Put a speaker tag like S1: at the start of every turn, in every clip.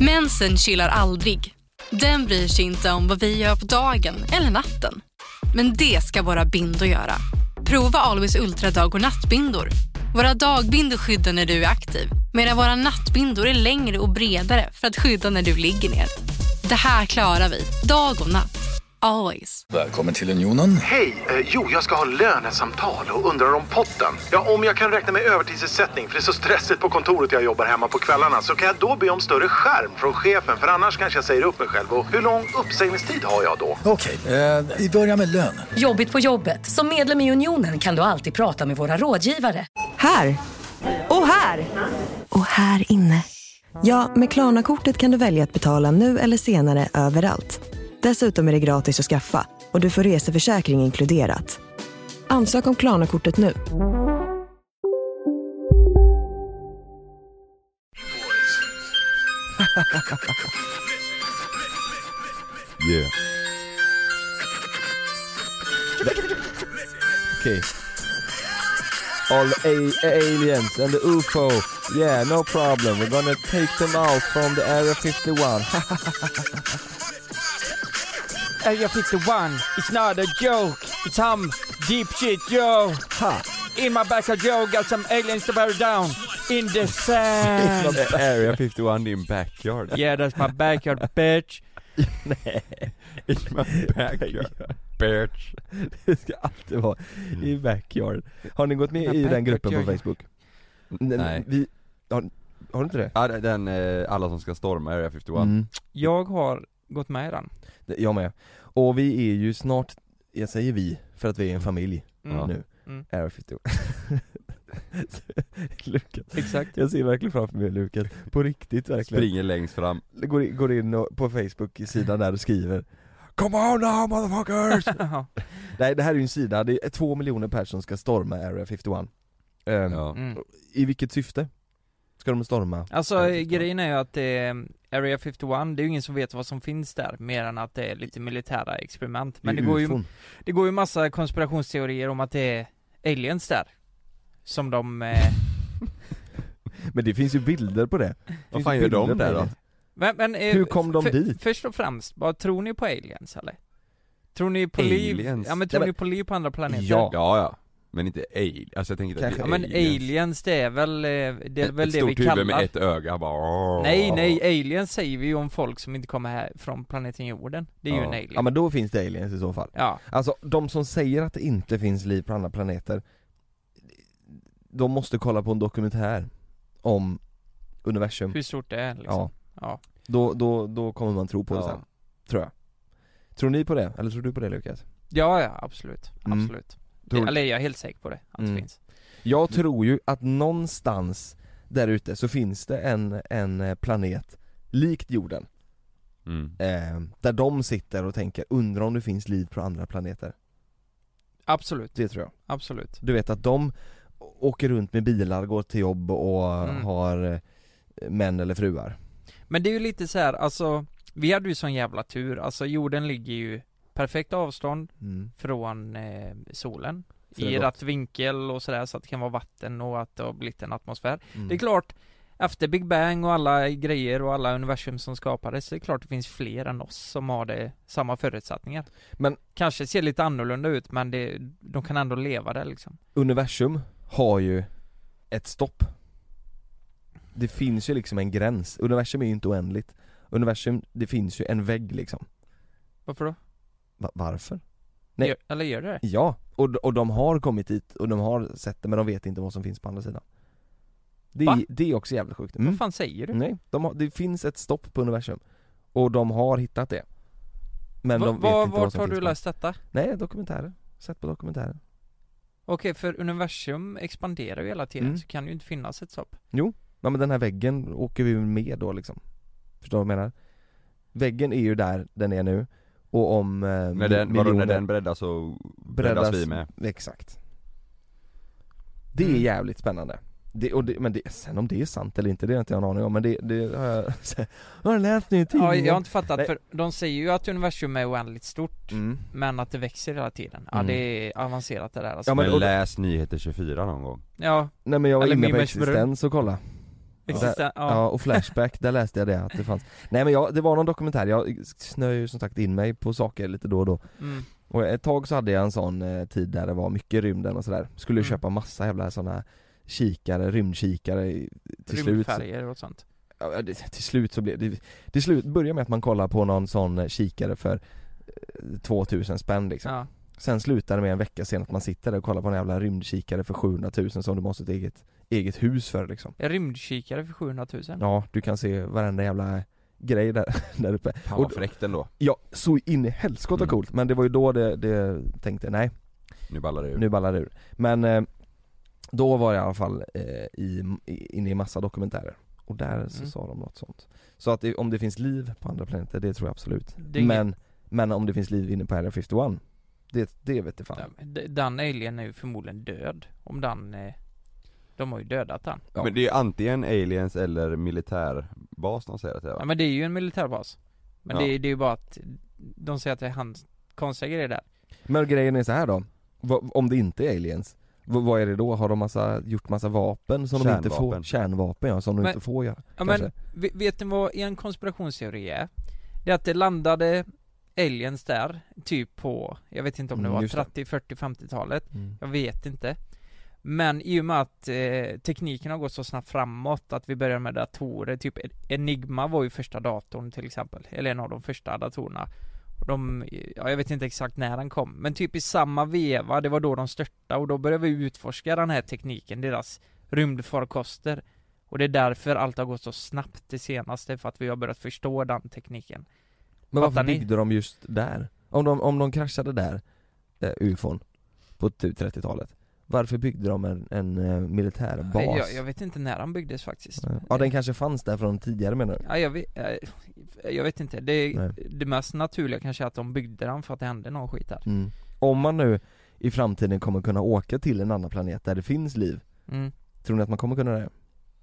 S1: Mensen chillar aldrig. Den bryr sig inte om vad vi gör på dagen eller natten. Men det ska våra bindor göra. Prova Always Ultra dag- och nattbindor. Våra dagbindor skyddar när du är aktiv, medan våra nattbindor är längre och bredare för att skydda när du ligger ner. Det här klarar vi, dag och natt. Always.
S2: Välkommen till Unionen.
S3: Hej, jag ska ha lönesamtal och undrar om potten. Ja, om jag kan räkna med övertidsersättning för det är så stressigt på kontoret jag jobbar hemma på kvällarna, så kan jag då be om större skärm från chefen, för annars kanske jag säger upp mig själv. Och hur lång uppsägningstid har jag då?
S2: Okej, vi börjar med lön.
S4: Jobbigt på jobbet. Som medlem i Unionen kan du alltid prata med våra rådgivare.
S5: Här. Och här. Och här inne. Ja, med Klarna-kortet kan du välja att betala nu eller senare överallt. Dessutom är det gratis att skaffa och du får reseförsäkring inkluderat. Ansök om Klarna-kortet nu.
S6: Yeah. Okay. All aliens and the UFO. Yeah, no problem. We're gonna take them out from the Area 51.
S7: Area 51, it's not a joke. It's some deep shit, yo.
S6: Ha!
S7: In my backyard, yo, got some aliens to bear down in the sand.
S6: Area 51 in backyard.
S7: Yeah, that's my backyard, bitch.
S6: Nej, in my backyard. Bitch. Det ska alltid vara i backyard. Har ni gått med i den gruppen på Facebook?
S8: Nej.
S6: Har du inte det?
S8: Ja, den alla som ska storma Area 51.
S7: Jag har gått med i den.
S6: Jag med. Och vi är ju snart, jag säger vi, för att vi är en familj nu. Area 51. Lukas.
S7: Exakt.
S6: Jag ser verkligen framför mig Lukas. På riktigt verkligen.
S8: Springer längst fram.
S6: Går in på Facebook-sidan där och skriver Come on now motherfuckers. Nej, det här är ju en sida. Det är 2 miljoner personer som ska storma Area 51. I vilket syfte ska de storma?
S7: Alltså grejen är ju att Area 51, det är ju ingen som vet vad som finns där, mer än att det är lite militära experiment. Men det går ju massa konspirationsteorier om att det är aliens där som de
S6: Men det finns ju bilder på det.
S8: Vad fan gör de där då?
S7: Men
S6: hur kom de dit?
S7: Först och främst, vad tror ni på aliens eller? Tror ni på liv? Ja, men tror ni på liv på andra planeter?
S8: Ja. Men inte aliens. Alltså jag tänker att
S7: ja, men aliens det är väl det vi
S8: kallar. Ett stort huvud med ett öga bara.
S7: Nej, aliens säger vi ju om folk som inte kommer här från planeten jorden. Det är ju en alien.
S6: Ja, men då finns det aliens i så fall.
S7: Ja.
S6: Alltså de som säger att det inte finns liv på andra planeter, de måste kolla på en dokumentär om universum.
S7: Hur stort det är liksom. Ja.
S6: Då kommer man tro på det sen, tror jag. Tror ni på det? Eller tror du på det, Lukas?
S7: Ja, absolut. Absolut. Eller jag är helt säker på det, att det finns.
S6: Jag tror ju att någonstans där ute så finns det en planet likt jorden. Där de sitter och tänker, undrar om det finns liv på andra planeter.
S7: Absolut.
S6: Det tror jag.
S7: Absolut.
S6: Du vet att de åker runt med bilar, går till jobb och har män eller fruar.
S7: Men det är ju lite så här, alltså vi hade ju sån jävla tur. Alltså jorden ligger ju perfekt avstånd från solen i rätt vinkel och sådär, så att det kan vara vatten och att det har blivit en atmosfär. Det är klart, efter Big Bang och alla grejer och alla universum som skapades, så är det klart det finns fler än oss som har samma förutsättningar. Men kanske ser lite annorlunda ut, men de kan ändå leva där liksom.
S6: Universum har ju ett stopp. Det finns ju liksom en gräns. Universum är ju inte oändligt. Universum, det finns ju en vägg liksom.
S7: Varför då?
S6: Varför? Nej.
S7: Eller gör det?
S6: Ja, och de har kommit hit och de har sett det, men de vet inte vad som finns på andra sidan. Det är också jävligt sjukt.
S7: Vad fan säger du?
S6: Nej, det finns ett stopp på universum. Och de har hittat det. Men de vet inte vad som finns.
S7: Vart har du läst detta?
S6: Nej, dokumentärer. Sett på dokumentärer.
S7: Okej, för universum expanderar ju hela tiden, så kan ju inte finnas ett stopp.
S6: Jo, men den här väggen åker vi med då liksom. Förstår du vad jag menar? Väggen är ju där den är nu. Och om
S8: när den breddas så breddas vi med.
S6: Exakt. Det är jävligt spännande. Sen om det är sant eller inte, det har inte jag en aning om. Men det har jag läst nu i tidningen.
S7: Ja, jag har inte fattat, för de säger ju att universum är oändligt stort, men att det växer hela tiden. Ja, det är avancerat det där alltså.
S8: Ja, men läs nyheter 24 någon gång.
S7: Ja.
S6: Nej, men jag var inne på existens och kolla. Ja, och Flashback, där läste jag det att det fanns. Nej men det var någon dokumentär, jag snöar ju som sagt in mig på saker lite då och då. Och ett tag så hade jag en sån tid där det var mycket rymden och sådär. Skulle köpa massa jävla såna kikare, rymdkikare till slut.
S7: Rymdfärger och sånt.
S6: Ja, till slut så blev det, till slut började med att man kollar på någon sån kikare för 2000 spänn liksom. Ja. Sen slutade det med en vecka sen att man sitter där och kollar på en jävla rymdkikare för 700 000 som du måste ha ett eget hus för liksom.
S7: En rymdkikare för 700 000?
S6: Ja, du kan se varenda jävla grej där uppe.
S8: Fan vad fräckt ändå.
S6: Ja, så in i helskotta coolt. Men det var ju då det tänkte, nej.
S8: Nu ballar det ur.
S6: Men då var jag i alla fall inne i massa dokumentärer. Och där så sa de något sånt. Så att om det finns liv på andra planeter, det tror jag absolut. Men om det finns liv inne på Area 51, det vet jag fan.
S7: Den alien är ju förmodligen död. Om de har ju dödat den.
S8: Ja. Men det är antingen aliens eller militärbas de säger att det är, va?
S7: Ja, men det är ju en militärbas. Men det är ju bara att de säger att det är hans konstiga grejer där.
S6: Men grejen är så här då. Om det inte är aliens, vad är det då? Har de gjort massa vapen som de inte får? Kärnvapen, som de inte får göra.
S7: Ja, men vet ni vad en konspirationsteori är? Det är att det landade aliens där typ på, jag vet inte om det var 30, 40, 50-talet. Jag vet inte. Men i och med att tekniken har gått så snabbt framåt att vi börjar med datorer, typ Enigma var ju första datorn till exempel, eller en av de första datorerna. Och jag vet inte exakt när den kom, men typ i samma veva, det var då de störtade och då började vi utforska den här tekniken, deras rymdfarkoster. Och det är därför allt har gått så snabbt det senaste, för att vi har börjat förstå den tekniken.
S6: Men varför byggde de just där? Om de kraschade där, UFOn, på 30-talet. Varför byggde de en militärbas?
S7: Jag vet inte när den byggdes faktiskt.
S6: Ja, den kanske fanns där från tidigare, menar du?
S7: Ja, jag vet inte. Det mest naturliga kanske är att de byggde den för att det hände någon skit där.
S6: Om man nu i framtiden kommer kunna åka till en annan planet där det finns liv, tror ni att man kommer kunna det?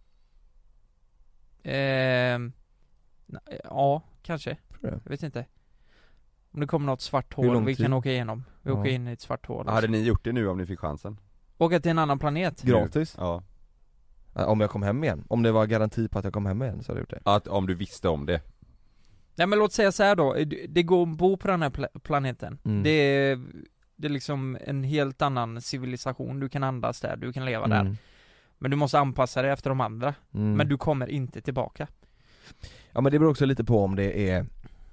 S7: Ja, kanske. Jag vet inte. Om det kommer något svart hål vi kan åka igenom. Vi åker in i ett svart hål.
S8: Hade ni gjort det nu om ni fick chansen?
S7: Åka till en annan planet?
S6: Gratis?
S8: Ja.
S6: Om jag kom hem igen? Om det var garanti på att jag kom hem igen så hade jag gjort det.
S8: Att om du visste om det.
S7: Nej, men låt säga så här då. Det går att bo på den här planeten. Det är liksom en helt annan civilisation. Du kan andas där, du kan leva där. Men du måste anpassa dig efter de andra. Men du kommer inte tillbaka.
S6: Ja, men det beror också lite på om det är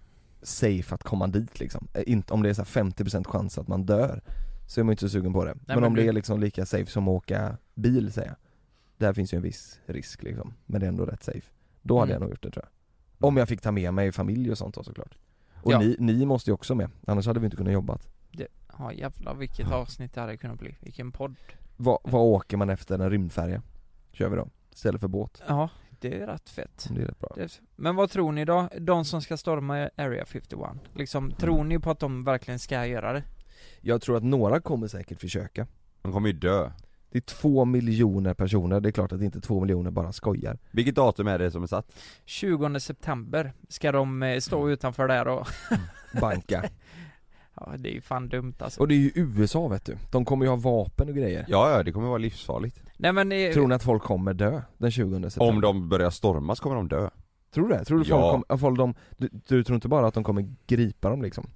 S6: safe att komma dit liksom. Om det är så 50% chans att man dör, så är man inte så sugen på det. Nej, men om det är liksom lika safe som att åka bil, säger jag. Där finns ju en viss risk liksom, men det är ändå rätt safe. Då hade jag nog gjort det, tror jag. Om jag fick ta med mig familj och sånt då, såklart. Och ni måste ju också med, annars hade vi inte kunnat jobbat.
S7: Ja, jävlar vilket avsnitt det hade kunnat bli. Vilken podd.
S6: Vad åker man efter en rymdfärja? Kör vi då, istället för båt?
S7: Ja, det är rätt fett.
S6: Det är rätt bra.
S7: Men vad tror ni då? De som ska storma Area 51 liksom, tror ni på att de verkligen ska göra det?
S6: Jag tror att några kommer säkert försöka.
S8: De kommer ju dö.
S6: Det är 2 miljoner personer. Det är klart att inte 2 miljoner bara skojar.
S8: Vilket datum är det som är satt?
S7: 20 september ska de stå utanför där och
S6: banka.
S7: Ja, det är ju fan dumt alltså.
S6: Och det är ju USA, vet du. De kommer ju ha vapen och grejer.
S8: Ja, det kommer vara livsfarligt.
S7: Nej, men
S6: tror ni att folk kommer dö den 20 september?
S8: Om de börjar stormas kommer de dö.
S6: Tror du det? Tror du du tror inte bara att de kommer gripa dem liksom?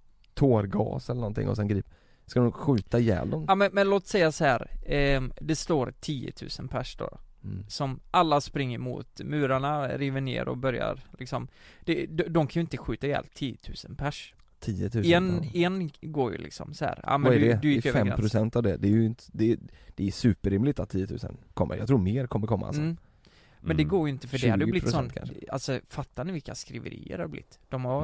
S6: Tårgas eller någonting och sen ska de skjuta ihjäl dem?
S7: Ja, men låt säga så här. Det står 10 000 pers då. Som alla springer mot murarna, river ner och börjar liksom. De kan ju inte skjuta ihjäl 10 000 pers.
S6: 10 000.
S7: En går ju liksom så här. Ja, men
S6: vad är det?
S7: Du gick
S6: det är 5% av det. Det är ju inte, det är superrimligt att 10 000 kommer. Jag tror mer kommer komma alltså.
S7: Men det går ju inte, för det hade blivit sån
S6: kanske.
S7: Alltså, fattar ni vilka skriverier det har blivit? De har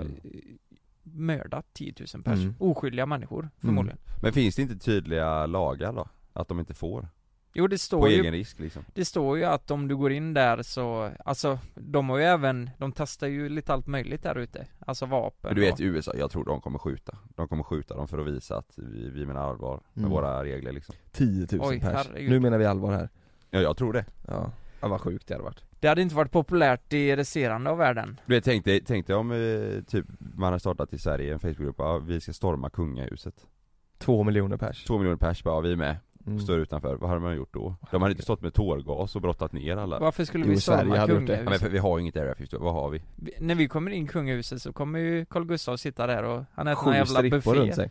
S7: mördat 10 000 pers. Oskyldiga människor förmodligen.
S8: Men finns det inte tydliga lagar då? Att de inte får?
S7: Jo, det står
S8: på
S7: ju,
S8: egen risk liksom.
S7: Det står ju att om du går in där så, alltså de har ju även, de testar ju lite allt möjligt där ute. Alltså vapen.
S8: Men du vet USA, jag tror de kommer skjuta. De kommer skjuta dem för att visa att vi menar allvar med våra regler liksom.
S6: 10 000 pers. Herregud. Nu menar vi allvar här.
S8: Ja, jag tror det.
S6: Ja, vad sjukt det hade varit.
S7: Det hade inte varit populärt i resterande av världen.
S8: Du vet, tänkte om typ man har startat i Sverige en Facebookgrupp, vi ska storma kungahuset.
S6: 2 miljoner pers.
S8: 2 miljoner pers, bara vi är med. står utanför, vad hade man gjort då? De hade inte stått med tårgas och brottat ner alla.
S7: Varför skulle vi storma kungahuset?
S8: Men vi har ju inget Area 51, vad har vi?
S7: När vi kommer in i kungahuset så kommer ju Carl Gustaf sitta där och han äter en jävla buffé runt sig.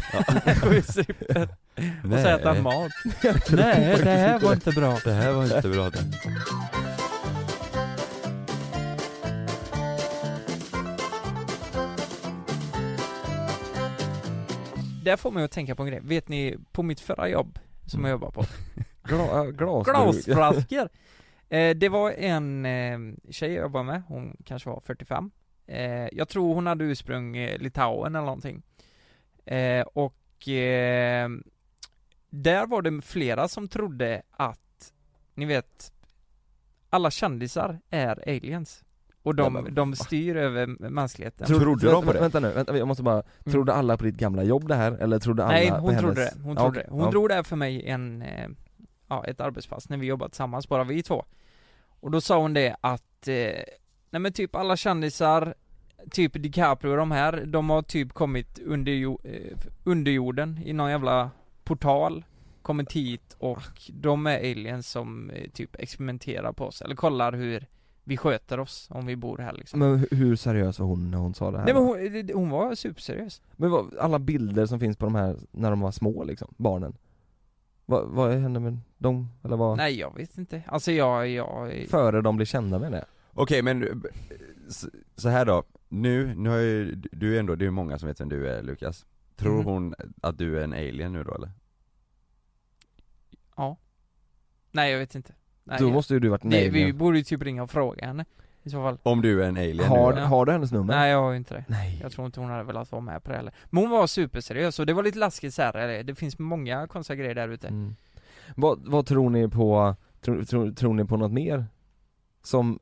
S7: Och så äter han mat. Nej, det här var inte bra.
S8: Det här var inte bra.
S7: Där får man ju tänka på en grej. Vet ni, på mitt förra jobb som jag jobbar på glasflaskor. Det var en tjej jag jobbade med. Hon kanske var 45. Jag tror hon hade ursprung Litauen eller någonting. Och där var det flera som trodde att, ni vet, alla kändisar är aliens. Och de styr över mänskligheten.
S6: Trodde de på det? Vänta nu, jag måste bara, trodde alla på ditt gamla jobb det här? Eller trodde alla?
S7: Nej,
S6: på
S7: hon trodde
S6: hennes...
S7: det. Hon trodde det. Hon drog där för mig ett arbetspass när vi jobbade tillsammans, bara vi två. Och då sa hon det att nej men typ alla kändisar, typ DiCaprio och de här, de har typ kommit under jorden i någon jävla portal, kommit hit och de är aliens som typ experimenterar på oss, eller kollar hur vi sköter oss om vi bor här liksom.
S6: Men hur seriös var hon när hon sa det här?
S7: Nej, men hon var superseriös.
S6: Men alla bilder som finns på de här när de var små liksom, barnen, vad hände med dem? Eller vad?
S7: Nej, jag vet inte. Alltså jag
S6: före de blir kända med det.
S8: Okej, men så här då. Nu har ju du ändå, det är ju många som vet vem du är, Lukas. Tror hon att du är en alien nu då, eller?
S7: Ja. Nej, jag vet inte. Nej,
S6: då måste ju du varit en alien.
S7: Vi borde ju typ ringa och fråga henne i så fall.
S8: Om du är en alien.
S6: Har du hennes nummer?
S7: Nej, jag har ju inte det.
S6: Nej.
S7: Jag tror inte hon hade velat vara med på det heller. Men hon var superseriös och det var lite laskigt så här. Det finns många konstiga grejer där ute.
S6: Vad tror ni på? Tror ni på något mer som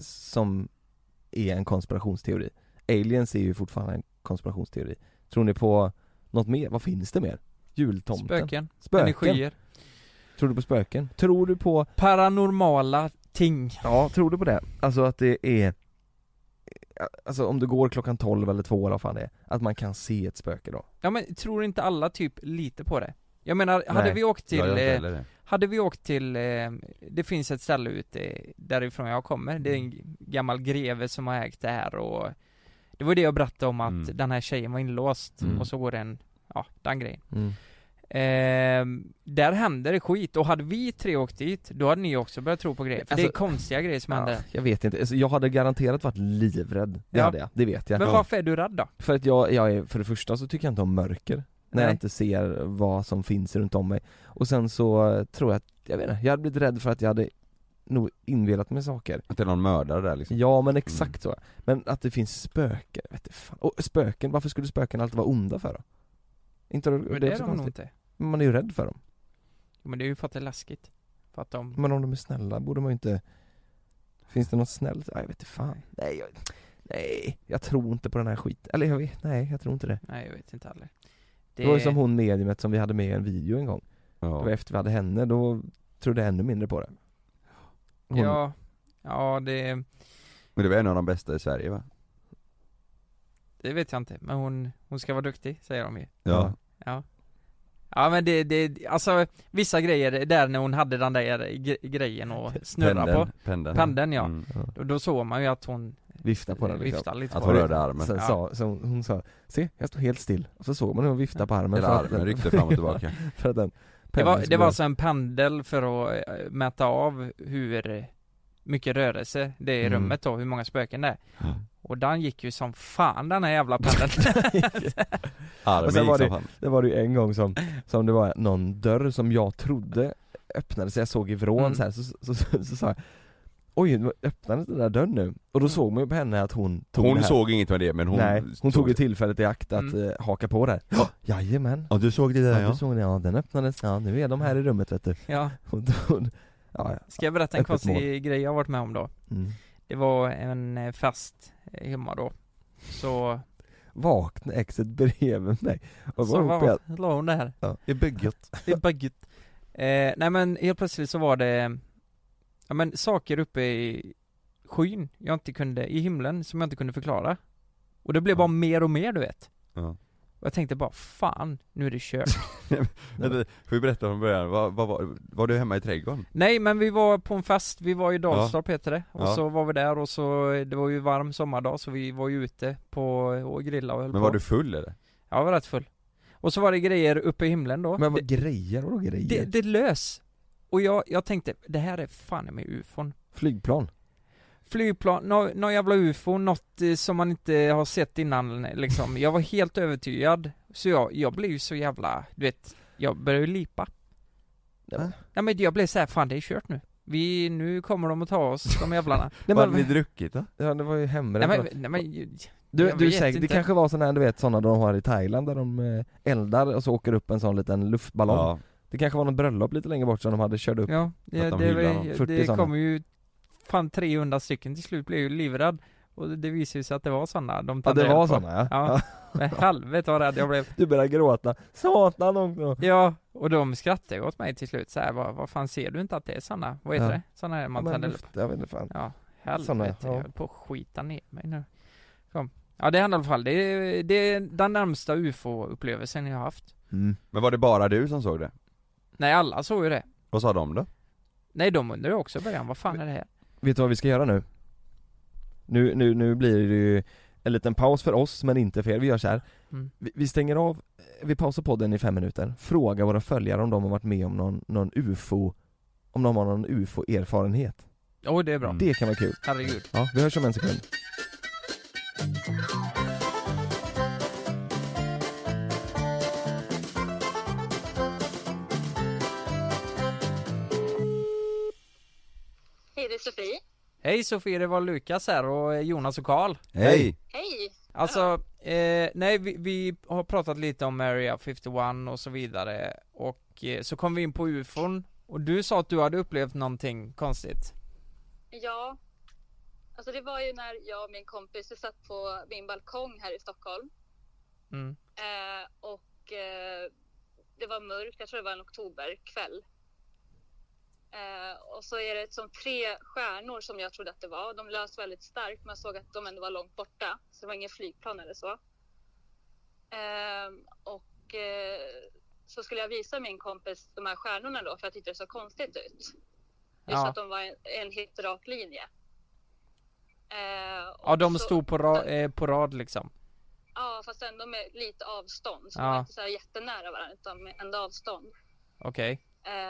S6: är en konspirationsteori? Aliens är ju fortfarande en konspirationsteori. Tror ni på något mer? Vad finns det mer? Jultomten?
S7: Spöken. Energier.
S6: Tror du på spöken? Tror du på
S7: paranormala ting?
S6: Ja, tror du på det? Alltså att det är, alltså om det går klockan 12 eller 2 eller vad fan det är, att man kan se ett spöke då?
S7: Ja, men tror inte alla typ lite på det? Jag menar, hade vi åkt till det finns ett ställe ute därifrån jag kommer. Det är en gammal greve som har ägt det här, och det var det jag berättade om, att den här tjejen var inlåst och så går den grejen. Där händer det skit, och hade vi 3 åkt dit, då hade ni också börjat tro på grejer, för det är konstiga grejer som händer.
S6: Jag vet inte, alltså, jag hade garanterat varit livrädd. Det hade jag, det vet jag.
S7: Men varför är du rädd då?
S6: För att jag är, för det första så tycker jag inte om mörker. När jag inte ser vad som finns runt om mig. Och sen så tror jag att, jag vet inte, jag hade blivit rädd för att jag hade nog invelat med saker.
S8: Att det är någon mördare där liksom.
S6: Ja, men exakt så. Men att det finns spöken, vet du fan. Och spöken, varför skulle spöken alltid vara onda för då? Inte
S7: det är de nog inte.
S6: Man är ju rädd för dem.
S7: Men det är ju för att det är läskigt. För att
S6: Men om de är snälla borde man ju inte. Finns det något snällt? Jag vet inte fan. Nej, jag tror inte på den här skiten. Eller jag tror inte det.
S7: Nej, jag vet inte heller.
S6: Det var ju som hon mediumet som vi hade med i en video en gång. Ja. Det var efter vi hade henne, då trodde jag ännu mindre på det.
S7: Ja, det...
S8: Men det var en av de bästa i Sverige, va?
S7: Det vet jag inte, men hon ska vara duktig, säger de ju.
S8: Ja.
S7: Ja, men det alltså vissa grejer där när hon hade den där grejen och snurra på pendeln, ja. Då såg man ju att hon
S6: viftade på den
S7: liksom. Lite
S8: att hon rörde armen.
S6: Sen hon sa, se, jag står helt still. Och så såg man hur hon viftade på armen.
S8: Eller armen ryckte fram och tillbaka.
S6: För att den
S7: det var alltså en pendel för att mäta av hur mycket rörelse det är i rummet då, hur många spöken det är. Och den gick ju som fan, den här jävla pendeln.
S6: Och sen var det ju en gång som det var någon dörr som jag trodde öppnade sig. Jag såg i vrån så här, så sa jag, oj, öppnades den där dörren nu? Och då såg man ju på henne att hon
S8: såg inget med det, men
S6: hon tog ju tillfället i akt att haka på där. Jajamän.
S8: Ja, du såg det där,
S6: du såg det, den öppnades. Ja, nu är de här i rummet, vet du.
S7: Ja. Ska jag berätta en konstig grej jag har varit med om då? Det var en fest hemma då. Så
S6: vaknade exet bredvid mig. Och
S7: så la hon det här.
S6: Ja. I bygget.
S7: Nej, men helt plötsligt så var det saker uppe i skyn i himlen som jag inte kunde förklara. Och det blev bara mer och mer, du vet. Och jag tänkte bara, fan, nu är det kört.
S8: Får vi berätta från början, var du hemma i trädgården?
S7: Nej, men vi var på en fest, vi var i Dalstorp heter det. Och
S8: Ja.
S7: så var vi där och så, det var ju varm sommardag så vi var ju ute och grilla och höll
S8: Men
S7: på.
S8: var du full eller?
S7: Ja, jag var rätt full. Och så var det grejer uppe i himlen då.
S6: Men vad grejer? Vadå grejer?
S7: Det lös. Och jag tänkte, det här är fan med ufon. Flygplan, någon jävla ufo, något som man inte har sett innan liksom. Jag var helt övertygad. Så jag blev ju så jävla, du vet, jag började ju lipa. Ja, men jag blev så här, fan det är kört nu. Nu kommer de att ta oss, de jävlarna.
S8: Vad hade ni druckit då?
S6: Ja, det var ju hemrätt.
S7: Nej men
S6: Du
S7: vet
S6: säkert, det
S7: inte.
S6: kanske var sådana, du vet, sådana de har i Thailand där de eldar och så åker upp en sån liten luftballong.
S8: Ja.
S6: Det kanske var någon bröllop lite längre bort som de hade kört upp.
S7: Ja,
S8: att de hyllar dem.
S7: det
S6: sådana.
S7: kommer ju fan 300 stycken till slut, blev ju livrädd. Och det visade ju sig att det var sådana.
S6: Ja, det var sådana,
S7: ja. Men helvete vad rädd jag blev.
S6: Du började gråta. Satan också.
S7: Ja, och de skrattade åt mig till slut så här, vad fan ser du inte att det är såna? Vad heter
S6: Ja.
S7: det? Såna här man tänder upp.
S6: Jag vet inte fan.
S7: Ja, helvete,
S6: Såna, ja.
S7: jag höll på att skita ner mig nu. Kom. Ja, det är i alla fall, det är den närmsta UFO-upplevelsen jag har haft.
S6: Mm.
S8: Men var det bara du som såg det?
S7: Nej, alla såg ju det.
S8: Vad sa de då?
S7: Nej, de undrar ju också i början, vad fan är det här?
S6: Vet du vad vi ska göra nu? Nu blir det ju en liten paus för oss, men inte för er. Vi gör så här.
S7: Mm.
S6: Vi stänger av, vi pausar podden i 5 minuter. Fråga våra följare om de har varit med om någon UFO, om de har någon UFO-erfarenhet.
S7: Det är bra.
S6: Det kan vara kul.
S7: Herregud.
S6: Ja, vi hörs om en sekund.
S9: Hej, det är Sofie.
S7: Hej Sofie, det var Lukas här och Jonas och Karl.
S8: Hej!
S9: Hej!
S7: Alltså, nej vi har pratat lite om Area 51 och så vidare. Och så kom vi in på UFOn. Och du sa att du hade upplevt någonting konstigt.
S9: Ja, alltså det var ju när jag och min kompis satt på min balkong här i Stockholm.
S7: Mm.
S9: Det var mörkt, jag tror det var en oktoberkväll. Och så är det som 3 stjärnor som jag trodde att det var. De lös väldigt starkt, men jag såg att de ändå var långt borta. Så det var ingen flygplan eller så. Så skulle jag visa min kompis de här stjärnorna då, för jag tyckte det så konstigt ut. Just att de var en helt rak linje.
S7: Ja, de stod på rad liksom.
S9: Ja, fast ändå med lite avstånd. Så de var inte så här jättenära varandra, utan med ändå avstånd.
S7: Okej.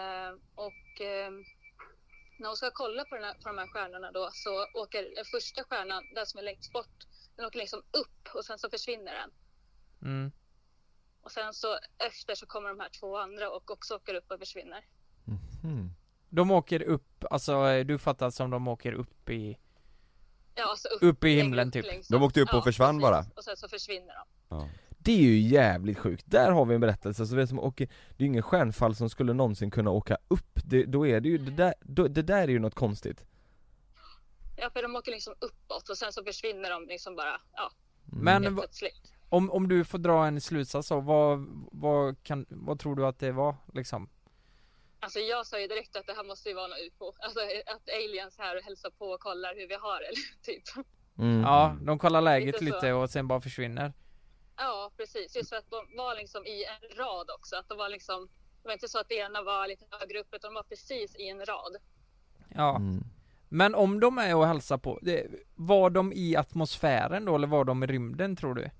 S9: När hon ska kolla på de här stjärnorna då, så åker den första stjärnan, den som är längst bort, den åker liksom upp och sen så försvinner den.
S7: Mm.
S9: Och sen så efter så kommer de här 2 andra och också åker upp och försvinner.
S6: Mm.
S7: De åker upp, alltså du fattar som de åker upp i...
S9: Ja, alltså
S7: upp i himlen typ.
S8: De åkte upp och försvann
S9: precis.
S8: bara.
S9: Och sen så försvinner de.
S8: Ja.
S6: Det är ju jävligt sjukt. Där har vi en berättelse. Så det är som åker, det är ingen stjärnfall som skulle någonsin kunna åka upp. Då är det ju det där är ju något konstigt.
S9: Ja, för de åker liksom uppåt och sen så försvinner de liksom bara,
S7: Men
S9: plötsligt.
S7: om du får dra en slutsats så, vad tror du att det var liksom?
S9: Alltså jag sa ju direkt att det här måste ju vara något UFO. Alltså att aliens här och hälsar på och kollar hur vi har eller typ.
S6: Mm.
S7: Ja, de kollar läget
S9: Lite så.
S7: lite och sen bara försvinner.
S9: Ja, precis. Just för att de var liksom i en rad också. Att de var liksom, det var inte så att det ena var lite högre upp, utan de var precis i en rad.
S7: Ja.
S6: Mm.
S7: Men om de är och hälsar på, var de i atmosfären då, eller var de i rymden tror du?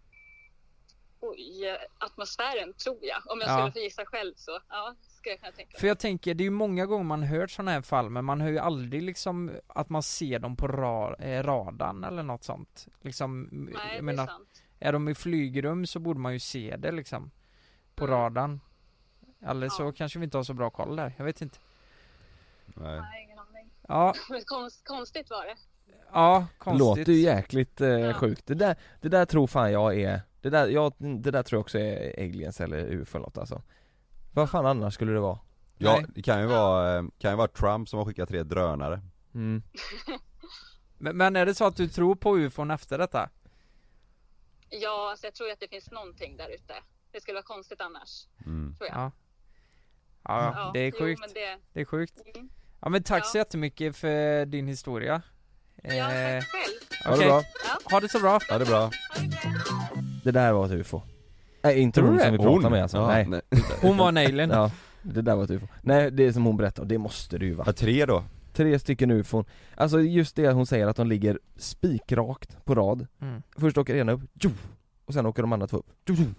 S9: Oj, atmosfären tror jag. Om jag skulle få gissa själv så, ska jag kunna tänka.
S7: För jag tänker, det är ju många gånger man hört sådana här fall, men man hör ju aldrig liksom att man ser dem på radarn eller något sånt. Liksom,
S9: Nej,
S7: jag menar,
S9: det är sant.
S7: är de i flygrum så borde man ju se det liksom på radarn. Eller så kanske vi inte har så bra koll där, jag vet inte.
S8: Nej.
S9: Nej, ingen aning.
S7: Ja.
S9: Men konstigt var det.
S7: Ja, konstigt.
S6: Låter ju jäkligt sjukt. Det där tror fan jag är det där tror jag också är aliens eller UFO eller något alltså. Vad fan annars skulle det vara?
S8: Ja, det kan ju vara Trump som har skickat 3 drönare.
S6: Mm.
S7: Men är det så att du tror på UFOn efter detta?
S9: Ja, alltså jag tror att det finns någonting där ute. Det skulle vara konstigt annars, tror jag.
S7: Ja, det är
S9: jo,
S7: sjukt.
S9: men
S7: det är sjukt.
S9: Mm.
S7: Ja, men tack så jättemycket för din historia.
S9: Ja, tack själv.
S6: Ha det bra.
S7: Ha det så bra.
S8: Ha det bra.
S6: Det där var ett UFO. Nej, inte hon som vi pratar med alltså.
S8: Ja,
S6: nej.
S7: Hon var en alien.
S6: Ja, det där var ett UFO. Nej, det är som hon berättade, det måste det ju vara.
S8: Ja, 3 då.
S6: 3 stycken UFOn. Alltså just det hon säger att de ligger spikrakt på rad. Först åker ena upp, och sen åker de andra 2 upp.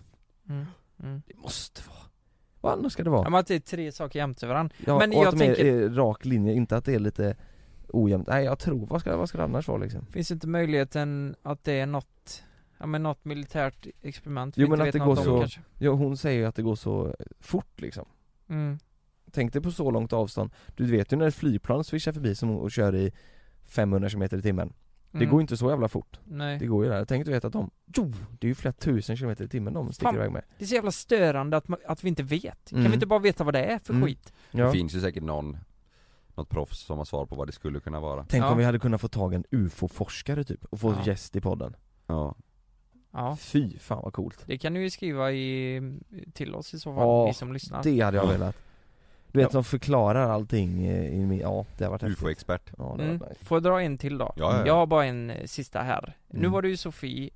S6: Det måste vara. Vad annars ska det vara?
S7: Ja, men att det är 3 saker jämte varandra.
S6: Ja,
S7: men
S6: och
S7: jag
S6: att
S7: tänker...
S6: de är rak linje, inte att det är lite ojämnt. Nej, jag tror, vad ska det annars vara liksom?
S7: Finns inte möjligheten att det är något militärt experiment?
S6: Jo, men att det går så...
S7: kanske.
S6: Ja, hon säger ju att det går så fort liksom. Tänk dig på så långt avstånd. Du vet ju när ett flygplan svischar förbi och kör i 500 km i timmen. Det går inte så jävla fort.
S7: Nej.
S6: Det går ju där. Tänk du vet att det är ju flera tusen kilometer i timmen de sticker iväg med.
S7: Det är så jävla störande att vi inte vet. Kan vi inte bara veta vad det är för skit?
S8: Ja. Det finns ju säkert något proffs som har svar på vad det skulle kunna vara.
S6: Tänk om vi hade kunnat få tag en UFO-forskare typ och få gäst i podden.
S7: Ja.
S6: Fy fan vad coolt.
S7: Det kan ni ju skriva till oss i så fall, ni som lyssnar.
S6: Det hade jag velat. Du vet, som förklarar allting det har varit
S8: UFO-expert.
S6: Ja, det har varit nice.
S7: Får jag dra en till då?
S8: Ja.
S7: Jag har bara en sista här. Nu var det ju Sofie.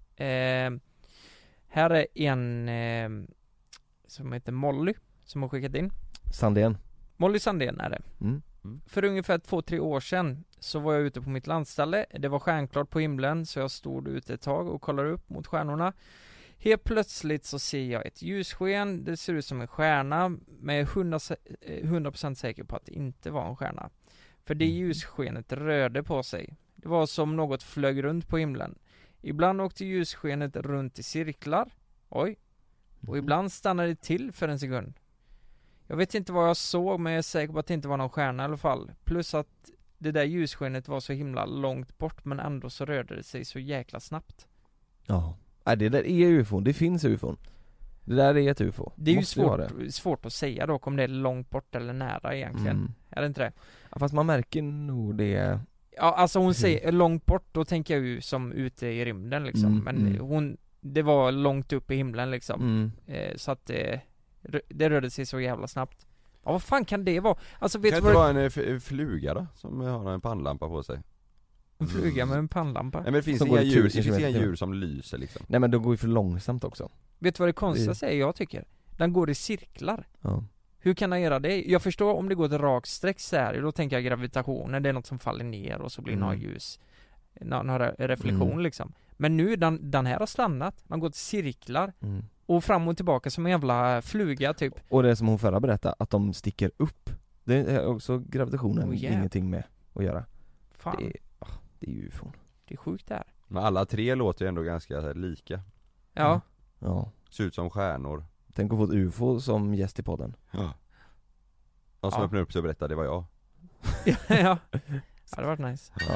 S7: Här är en som heter Molly som har skickat in.
S6: Sandén.
S7: Molly Sandén är det. För ungefär 2-3 år sedan så var jag ute på mitt landställe. Det var stjärnklart på himlen så jag stod ute ett tag och kollade upp mot stjärnorna. Helt plötsligt så ser jag ett ljussken. Det ser ut som en stjärna, men jag är 100% säker på att det inte var en stjärna. För det ljusskenet rörde på sig. Det var som något flög runt på himlen. Ibland åkte ljusskenet runt i cirklar. Oj. Och ibland stannade det till för en sekund. Jag vet inte vad jag såg, men jag är säker på att det inte var någon stjärna i alla fall. Plus att det där ljusskenet var så himla långt bort, men ändå så rörde det sig så jäkla snabbt.
S6: Ja. Nej, det där är UFO, det finns UFO. Det där är ett UFO.
S7: Det är ju svårt att säga dock om det är långt bort eller nära egentligen. Är det inte det?
S6: Ja, fast man märker nog det.
S7: Ja, alltså hon säger långt bort, då tänker jag ju som ute i rymden liksom. Men det var långt upp i himlen liksom. Så att det rörde sig så jävla snabbt. Ja, vad fan kan det vara? Alltså, vet
S8: kan det vara en fluga då? Som har en pannlampa på sig.
S7: En fluga med en pannlampa?
S8: Nej, men det finns inga djur som lyser liksom.
S6: Nej, men de går ju för långsamt också.
S7: Vet du vad det konstigaste är jag tycker? Den går i cirklar.
S6: Ja.
S7: Hur kan den göra det? Jag förstår om det går ett rakt streck så här, då tänker jag gravitationen, det är något som faller ner och så blir några ljus, några reflektion liksom. Men nu den här har stannat, man går till cirklar och fram och tillbaka som en jävla fluga typ.
S6: Och det som hon förra berättade, att de sticker upp. Det är också gravitationen ingenting med att göra.
S7: Fan.
S6: Det är ju UFO.
S7: Det är sjukt det här.
S8: Men alla 3 låter ju ändå ganska lika.
S7: Ja.
S8: Ser ut som stjärnor.
S6: Tänk att få ett UFO som gäst i podden.
S8: Ja. Och som öppnade upp sig och berättade, det var jag.
S7: Ja. Det hade varit nice.
S6: Ja.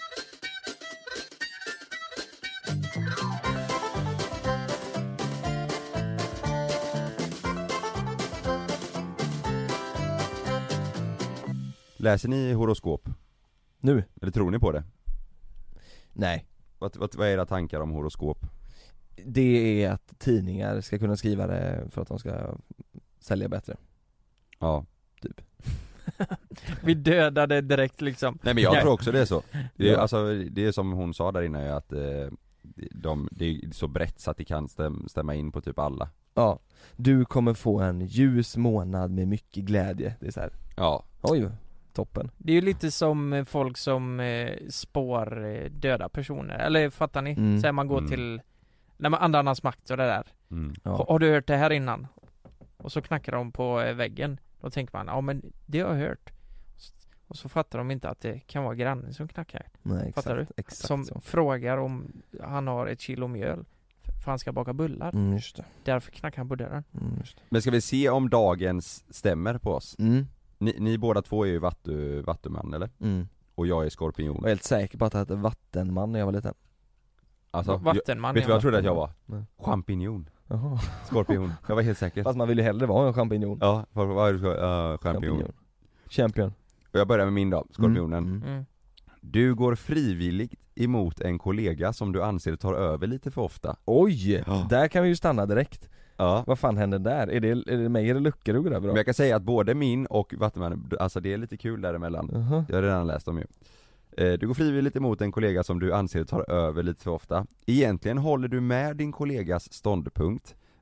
S8: Läser ni horoskop?
S6: Nu?
S8: Eller tror ni på det?
S6: Nej.
S8: Vad är era tankar om horoskop?
S6: Det är att tidningar ska kunna skriva det för att de ska sälja bättre.
S8: Ja.
S6: Typ.
S7: Vi dödade direkt liksom.
S8: Nej, men jag tror också det är så. Det är, alltså, det är som hon sa där inne, att det är så brett så att det kan stämma in på typ alla.
S6: Ja. Du kommer få en ljus månad med mycket glädje. Det är så här.
S8: Ja.
S6: Oj, toppen.
S7: Det är ju lite som folk som spår döda personer. Eller fattar ni? Så man går till andarnas makt och det där.
S6: Ja.
S7: Har du hört det här innan? Och så knackar de på väggen. Då tänker man, ja men det har jag hört. Och så fattar de inte att det kan vara grannen som knackar.
S6: Nej, exakt,
S7: fattar du?
S6: Exakt
S7: som
S6: så.
S7: Frågar om han har ett kilo mjöl. För han ska baka bullar.
S6: Just det.
S7: Därför knackar han på dörren.
S6: Just det.
S8: Men ska vi se om dagens stämmer på oss? Ni båda två är ju vattuman, eller? Och jag är skorpion.
S6: Jag är helt säker på att jag hette vattenman när jag var liten.
S8: Alltså,
S7: vattenman.
S8: Vet du vad jag trodde att jag var? Champinjon.
S6: Jaha.
S8: Skorpion. Jag var helt säker.
S6: Fast man vill ju hellre vara en champinjon.
S8: Ja, vad är du? Champinjon.
S6: Champion.
S8: Och jag börjar med min då, skorpionen. Du går frivilligt emot en kollega som du anser tar över lite för ofta.
S6: Oj, där kan vi ju stanna direkt.
S8: Ja.
S6: Vad fan händer där? Är det mig eller Lucka du går över då?
S8: Men jag kan säga att både min och Vattenman, alltså det är lite kul däremellan. Jag har redan läst dem ju. Du går frivilligt emot en kollega som du anser tar över lite för ofta. Egentligen håller du med din kollegas ståndpunkt,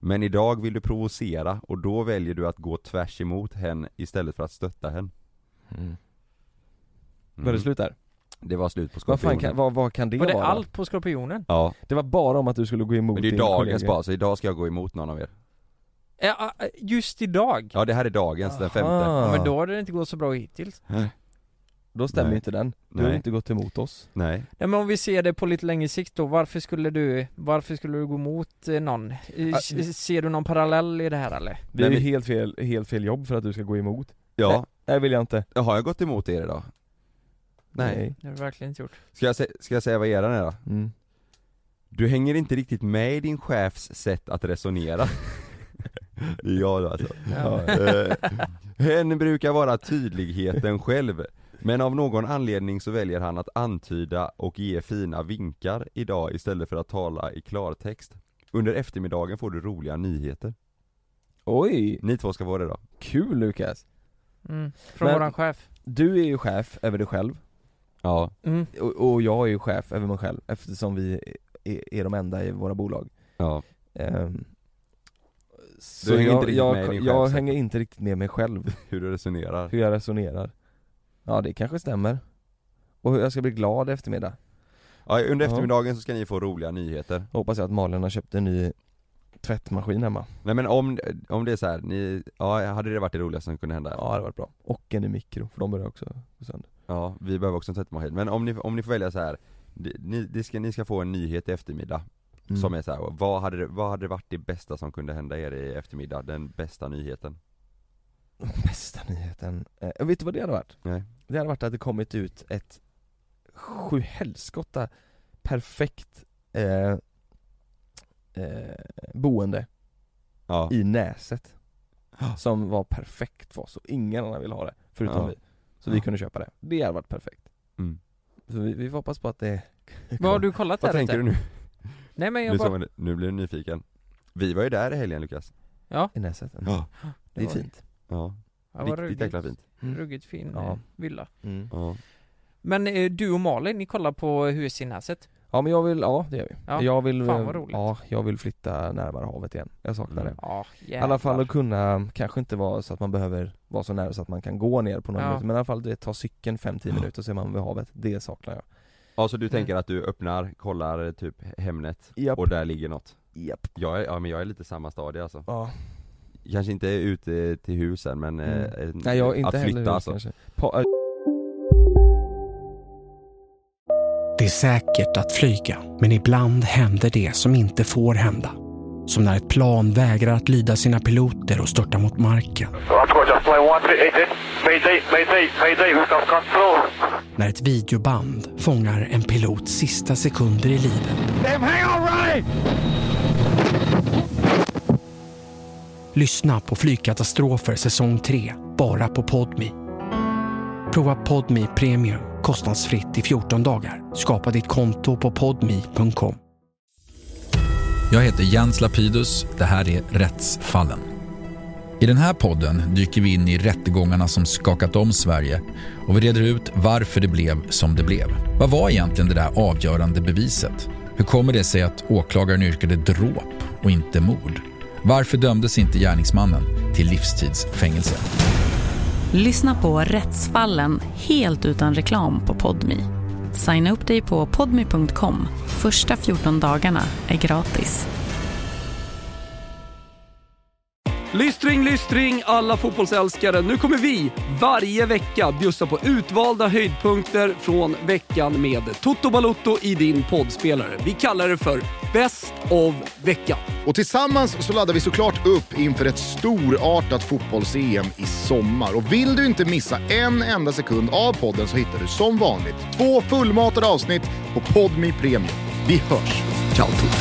S8: Men idag vill du provocera och då väljer du att gå tvärs emot henne istället för att stötta henne.
S6: Var det slut där?
S8: Det var slut på skorpionen.
S6: Vad kan det vara?
S7: Var det allt på skorpionen?
S8: Ja.
S6: Det var bara om att du skulle gå emot.
S8: Men det är dagens bara, så idag ska jag gå emot någon av er.
S7: Ja, just idag?
S8: Ja, det här är dagens, den 5:e.
S7: Ja, men då har det inte gått så bra hittills.
S6: Då stämmer inte den. Du har inte gått emot oss.
S8: Nej.
S7: Ja, men om vi ser det på lite längre sikt då, varför skulle du gå emot någon? Ser du någon parallell i det här eller?
S6: Det är ju helt fel jobb för att du ska gå emot.
S8: Ja.
S6: Nej, vill jag inte.
S8: Har jag gått emot er idag? Nej.
S7: Det har du verkligen inte gjort.
S8: Ska jag säga vad eran är då? Du hänger inte riktigt med i din chefs sätt att resonera. Det är jag då alltså. Hen brukar vara tydligheten själv. Men av någon anledning så väljer han att antyda och ge fina vinkar idag istället för att tala i klartext. Under eftermiddagen får du roliga nyheter.
S6: Oj!
S8: Ni två ska få det då.
S6: Kul, Lukas.
S7: Från våran chef.
S6: Du är ju chef över dig själv.
S8: Ja.
S6: Och jag är ju chef över mig själv, eftersom vi är de enda i våra bolag.
S8: Ja.
S6: Så jag hänger inte riktigt med mig själv.
S8: Hur du resonerar.
S6: Hur jag resonerar. Ja, det kanske stämmer. Och hur jag ska bli glad i eftermiddag.
S8: Ja, under eftermiddagen så ska ni få roliga nyheter.
S6: Hoppas jag att Malin har köpt en ny tvättmaskin hemma.
S8: Nej, men om det är så här, hade det varit det roligaste som kunde hända?
S6: Ja, det hade varit bra. Och en i mikro, för de börjar också gå sönder.
S8: Ja, vi behöver också en tvättmaskin. Men om ni får välja så här, ni ska få en nyhet i eftermiddag. Som är så här, vad hade varit det bästa som kunde hända er i eftermiddag? Den bästa nyheten.
S6: Bästa nyheten. Vet du vad det hade varit?
S8: Nej.
S6: Det hade varit att det kommit ut ett 7 helskotta perfekt boende i Näset. Som var perfekt för oss och ingen annan vill ha det förutom vi. Så vi kunde köpa det. Det hade varit perfekt. Så vi får hoppas på att det.
S7: Vad har du kollat där?
S8: Vad tänker du nu?
S7: Nej, men jag
S8: nu blir du nyfiken. Vi var ju där i helgen, Lukas.
S7: Ja.
S6: I Näset.
S8: Ja.
S6: Det är fint.
S8: Ja. Riktigt jäkla fint.
S7: Ruggigt fin villa.
S8: Ja.
S7: Men du och Malin, ni kollar på hus i Näset?
S6: Ja, men det gör vi.
S7: Ja.
S6: Jag vill,
S7: fan vad roligt.
S6: Ja, jag vill flytta närmare havet igen. Jag saknar det.
S7: Ja,
S6: i alla fall att kunna, kanske inte vara så att man behöver vara så nära så att man kan gå ner på någon minut, men i alla fall ta cykeln 5-10 minuter så är man vid havet. Det saknar jag.
S8: Ja, så du tänker att du kollar typ Hemnet och där ligger något?
S6: Japp.
S8: Men jag är lite samma stadie alltså.
S6: Ja.
S8: Kanske inte ute till husen, men
S6: nej, jag inte
S8: att flytta
S6: hus,
S8: alltså.
S6: Kanske.
S10: Det är säkert att flyga, men ibland händer det som inte får hända. Som när ett plan vägrar att lyda sina piloter och störtar mot marken. När ett videoband fångar en pilots sista sekunder i livet. Lyssna på Flygkatastrofer säsong 3, bara på Podme. Prova Podme Premium kostnadsfritt i 14 dagar. Skapa ditt konto på podme.com.
S11: Jag heter Jens Lapidus, det här är Rättsfallen. I den här podden dyker vi in i rättegångarna som skakat om Sverige och vi reder ut varför det blev som det blev. Vad var egentligen det där avgörande beviset? Hur kommer det sig att åklagaren yrkade dråp och inte mord? Varför dömdes inte gärningsmannen till livstidsfängelse?
S12: Lyssna på Rättsfallen helt utan reklam på Podme. Signa upp dig på podme.com. Första 14 dagarna är gratis.
S13: Lystring alla fotbollsälskare. Nu kommer vi varje vecka bjussa på utvalda höjdpunkter från veckan med Toto Balotto i din poddspelare. Vi kallar det för Best of veckan.
S14: Och tillsammans så laddar vi såklart upp inför ett storartat fotbolls-EM i sommar. Och vill du inte missa en enda sekund av podden så hittar du som vanligt 2 fullmatade avsnitt på Podme Premium. Vi hörs. Ciao Toto.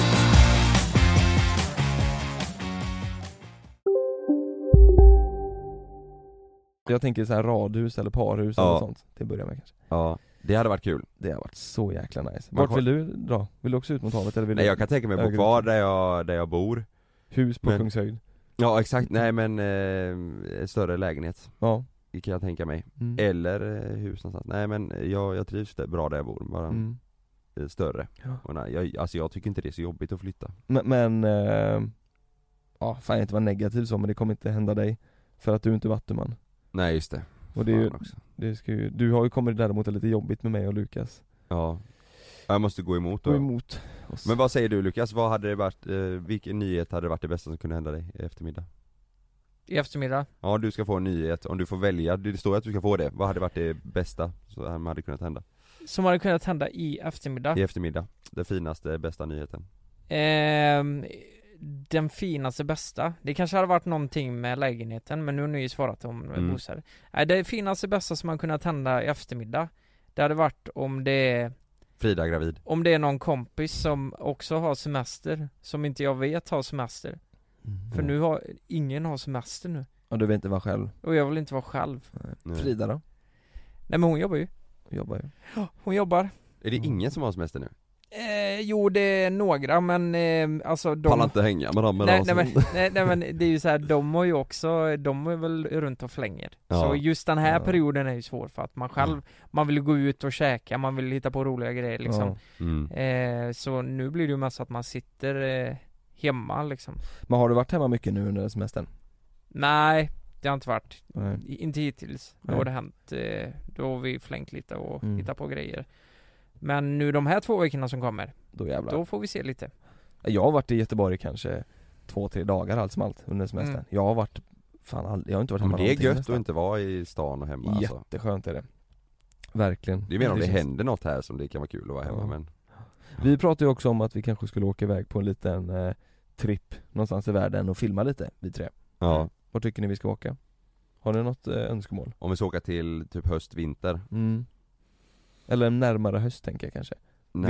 S6: Jag tänker så här radhus eller parhus eller sånt till att börja med kanske.
S8: Ja, det hade varit kul.
S6: Det har varit så jäkla nice. Vart vill du dra? Vill du också ut mot havet eller vill
S8: Nej, jag kan tänka mig bo kvar där jag bor.
S6: Hus på Kungshöjd.
S8: Ja, exakt. Nej, men större lägenhet.
S6: Ja.
S8: Det kan jag tänka mig. Eller hus någonstans. Nej, men jag trivs bra där jag bor. Bara större.
S6: Ja.
S8: Och jag tycker inte det är så jobbigt att flytta.
S6: Men Ja, fan jag inte vara negativ så, men det kommer inte hända dig. För att du inte är vattuman.
S8: Nej just det.
S6: Och det är ju, det ska ju, du har ju kommit däremot lite jobbigt med mig och Lukas.
S8: Ja. Jag måste gå emot då.
S6: Gå emot oss.
S8: Men vad säger du Lukas? Vad hade det varit, vilken nyhet hade det varit det bästa som kunde hända dig i eftermiddag?
S7: I eftermiddag?
S8: Ja, du ska få en nyhet. Om du får välja, det står att du ska få det. Vad hade varit det bästa som hade kunnat hända?
S7: Som hade kunnat hända i eftermiddag?
S8: I eftermiddag. Den finaste, bästa nyheten.
S7: Den finaste, bästa. Det kanske hade varit någonting med lägenheten, men nu har ni ju svarat om bostäder. Det finaste, bästa som hade kunnat hända i eftermiddag, det hade varit om det
S8: Frida gravid.
S7: Om det är någon kompis som också har semester, som inte jag vet har semester. För nu har ingen har semester nu.
S6: Och du vill inte vara själv.
S7: Och jag vill inte vara själv.
S6: Nej. Frida då?
S7: Nej men hon jobbar ju.
S6: Ja,
S7: hon jobbar.
S8: Är det ingen som har semester nu?
S7: Jo det är några, men alltså de...
S8: Pallar inte hänga med dem med
S7: nej men det är ju så här, de har ju också, de är väl runt och flänger.
S8: Ja.
S7: Så just den här perioden är ju svår för att man själv, man vill gå ut och käka, man vill hitta på roliga grejer liksom. Så nu blir det ju mest att man sitter hemma liksom.
S6: Men har du varit hemma mycket nu under semestern?
S7: Nej, det har inte varit.
S6: Nej.
S7: Inte hittills. Då har det hänt, då har vi flängt lite och hittat på grejer. Men nu de här 2 veckorna som kommer, då får vi se lite.
S6: Jag har varit i Göteborg kanske 2-3 dagar allt som allt under semestern. Jag har varit, jag har inte varit hemma.
S8: Men det är gött att inte vara i stan och hemma.
S6: Jätteskönt är det. Verkligen.
S8: Det är mer om det händer något här som det kan vara kul att vara hemma, men...
S6: Vi pratade ju också om att vi kanske skulle åka iväg på en liten tripp någonstans i världen och filma lite, vi 3.
S8: Ja.
S6: Var tycker ni vi ska åka? Har ni något önskemål?
S8: Om vi ska åka till typ höst, vinter.
S6: Eller närmare höst tänker jag kanske.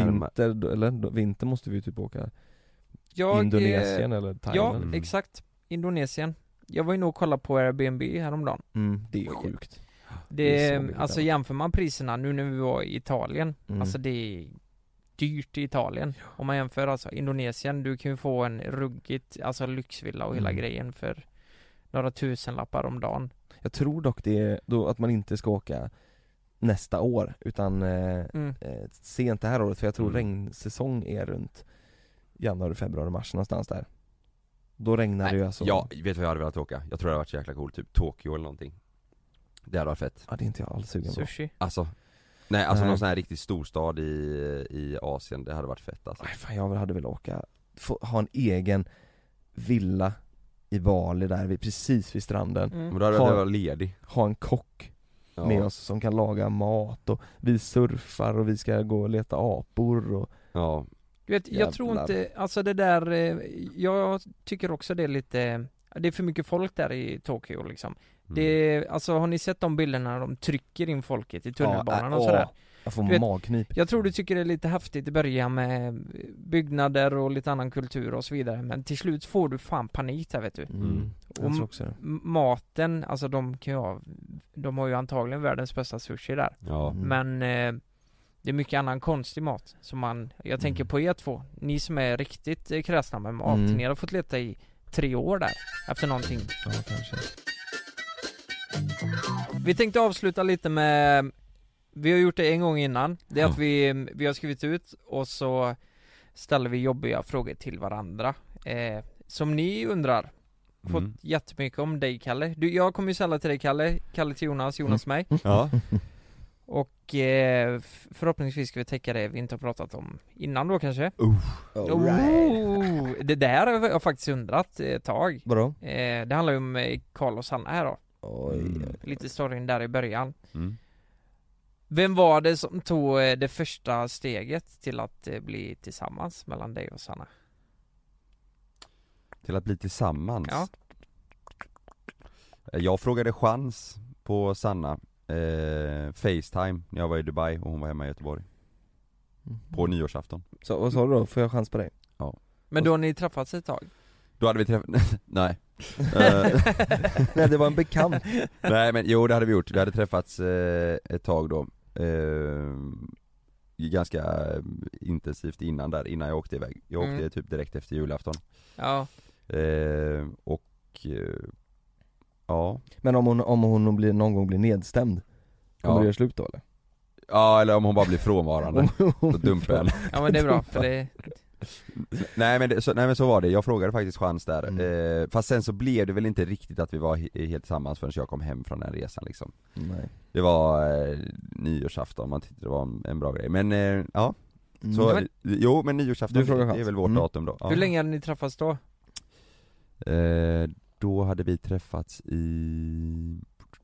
S6: Vinter måste vi ju typ åka. Indonesien eller Thailand.
S7: Ja, exakt. Indonesien. Jag var ju nog och kollade på Airbnb häromdagen.
S6: Det är sjukt.
S7: Det är alltså jämför man priserna nu när vi var i Italien. Alltså det är dyrt i Italien. Om man jämför alltså Indonesien, du kan ju få en ruggigt, alltså lyxvilla och hela grejen för några tusenlappar om dagen.
S6: Jag tror dock det är då att man inte ska åka nästa år utan sent det här året, för jag tror regnsäsong är runt januari, februari, mars någonstans där. Då regnar det ju alltså.
S8: Ja, vet du vad jag hade velat åka? Jag tror det hade varit så jäkla coolt, typ Tokyo eller någonting. Det hade varit fett.
S6: Ja, det är inte jag alls sugen på.
S7: Sushi.
S8: Alltså någon sån här riktigt storstad i Asien, det hade varit fett alltså.
S6: Aj, fan, jag hade velat åka, ha en egen villa i Bali där precis vid stranden.
S8: Men då hade jag varit ledig.
S6: Ha en kock med oss som kan laga mat och vi surfar och vi ska gå och leta apor och
S7: du vet, jag tror inte, alltså det där, jag tycker också det är lite, det är för mycket folk där i Tokyo liksom. Det är, alltså har ni sett de bilderna de trycker in folket i tunnelbanan och sådär?
S6: Jag får magknip.
S7: Jag tror du tycker det är lite häftigt i början med byggnader och lite annan kultur och så vidare, men till slut får du fan panik där, vet du. Och maten, alltså de har ju antagligen världens bästa sushi där. Men det är mycket annan konstig mat som jag tänker på er 2. Ni som är riktigt kräsna med mat, ni har fått leta i 3 år där efter någonting.
S6: Ja, kanske.
S7: Vi tänkte avsluta lite med, vi har gjort det en gång innan. Det är att vi har skrivit ut och så ställer vi jobbiga frågor till varandra. Som ni undrar. Fått jättemycket om dig, Kalle. Jag kommer ju ställa till dig, Kalle till Jonas till mig.
S8: Ja.
S7: Och förhoppningsvis ska vi täcka det vi inte har pratat om innan då kanske. Det där har jag faktiskt undrat ett tag.
S6: Vadå?
S7: Det handlar ju om Carl och Sanna här då. Lite storyn där i början. Vem var det som tog det första steget till att bli tillsammans mellan dig och Sanna?
S8: Till att bli tillsammans?
S7: Ja.
S8: Jag frågade chans på Sanna FaceTime när jag var i Dubai och hon var hemma i Göteborg. På nyårsafton.
S6: Så vad sa du då? Får jag chans på dig?
S8: Ja.
S7: Men då har ni träffats ett tag?
S8: Då hade vi träffat... Nej.
S6: Nej, det var en bekant.
S8: Nej men jo, det hade vi gjort. Vi hade träffats ett tag då. Ganska intensivt innan jag åkte iväg. Jag åkte typ direkt efter julafton.
S7: Ja.
S8: Ja.
S6: Men om hon någon gång blir nedstämd, kommer det göra slut då eller?
S8: Ja, eller om hon bara blir frånvarande. Då dumpar jag.
S7: Ja men det är bra, för det
S8: nej men så var det, jag frågade faktiskt chans där. Fast sen så blev det väl inte riktigt att vi var helt tillsammans förrän jag kom hem från den resan liksom.
S6: Nej.
S8: Det var nyårsafton, man tyckte det var en bra grej. Men ja. Så, jo men nyårsafton det är väl vårt datum då. Ja.
S7: Hur länge hade ni träffats då?
S8: Då hade vi träffats i...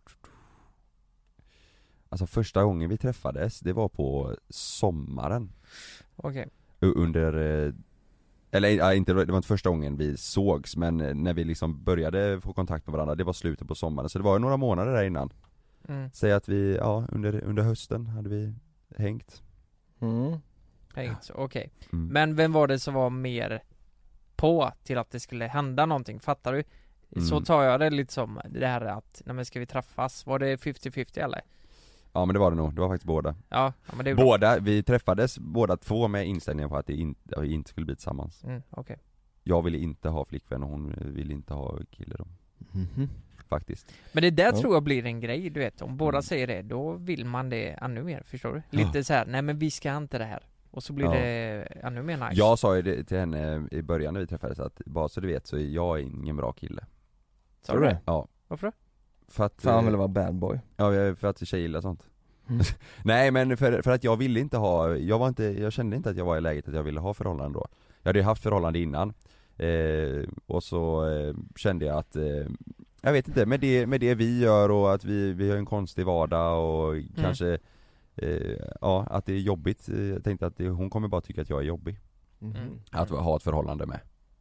S8: Alltså första gången vi träffades, det var på sommaren.
S7: Okej.
S8: Under... Eller inte, det var inte första gången vi sågs, men när vi liksom började få kontakt med varandra, det var slutet på sommaren. Så det var några månader där innan. Säg att vi, under hösten hade vi hängt.
S7: Hängt, okej. Men vem var det som var mer på till att det skulle hända någonting, fattar du? Så tar jag det lite som det här att, när ska vi träffas? Var det 50-50 eller?
S8: Ja men det var det nog, det var faktiskt båda.
S7: Ja men det är
S8: båda, vi träffades båda två med inställningen på att vi inte skulle bli tillsammans.
S7: Okej.
S8: Jag ville inte ha flickvän och hon ville inte ha kille då. Faktiskt.
S7: Men det där tror jag blir en grej, du vet. Om båda säger det, då vill man det ännu mer, förstår du? Lite så här, nej men vi ska inte det här. Och så blir det ännu mer nice.
S8: Jag sa ju det till henne i början när vi träffades, att bara så du vet så är jag ingen bra kille.
S7: Sa du det?
S8: Ja.
S7: Varför då?
S6: För han ville vara bad boy.
S8: Ja, för att tjejer gillar sånt. Nej men för att jag ville inte ha, jag kände inte att jag var i läget att jag ville ha förhållanden då. Jag hade ju haft förhållanden innan. Och så kände jag att jag vet inte, med det vi gör och att vi har en konstig vardag och kanske att det är jobbigt. Jag tänkte att hon kommer bara tycka att jag är jobbig att ha ett förhållande med.